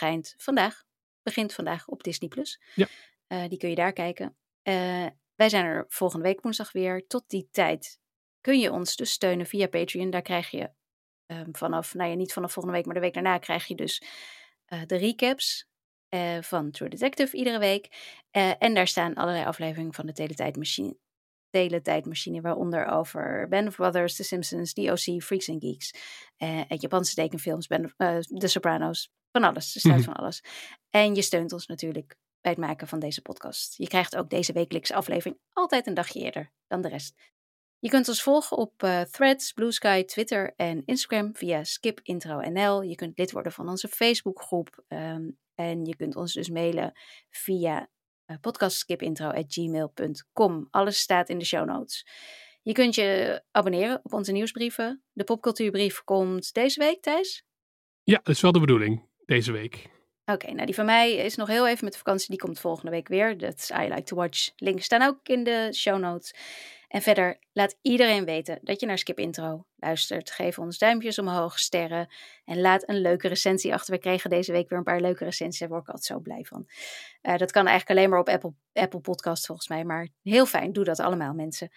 begint vandaag op Disney+. Ja. Die kun je daar kijken. Wij zijn er volgende week woensdag weer. Tot die tijd kun je ons dus steunen via Patreon. Daar krijg je niet vanaf volgende week, maar de week daarna krijg je dus de recaps van True Detective iedere week. En daar staan allerlei afleveringen van de Teletijdmachine teletijdmachine, waaronder over Band of Brothers, The Simpsons, The OC, Freaks and Geeks, Japanse tekenfilms, The Sopranos, van alles. Er staat van alles. En je steunt ons natuurlijk bij het maken van deze podcast. Je krijgt ook deze wekelijkse aflevering altijd een dagje eerder dan de rest. Je kunt ons volgen op Threads, Blue Sky, Twitter en Instagram via skipintro.nl. Je kunt lid worden van onze Facebookgroep. En je kunt ons dus mailen via podcastskipintro@gmail.com. Alles staat in de show notes. Je kunt je abonneren op onze nieuwsbrieven. De popcultuurbrief komt deze week, Thijs? Ja, dat is wel de bedoeling, deze week. Oké, nou die van mij is nog heel even met vakantie. Die komt volgende week weer. Dat is I Like to Watch. Links staan ook in de show notes. En verder, laat iedereen weten dat je naar Skip Intro luistert. Geef ons duimpjes omhoog, sterren. En laat een leuke recensie achter. We kregen deze week weer een paar leuke recensies. Daar word ik altijd zo blij van. Dat kan eigenlijk alleen maar op Apple Podcast volgens mij. Maar heel fijn, doe dat allemaal mensen.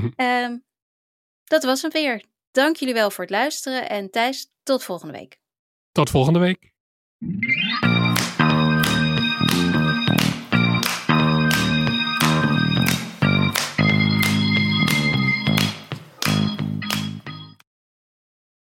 Dat was hem weer. Dank jullie wel voor het luisteren. En Thijs, tot volgende week. Tot volgende week.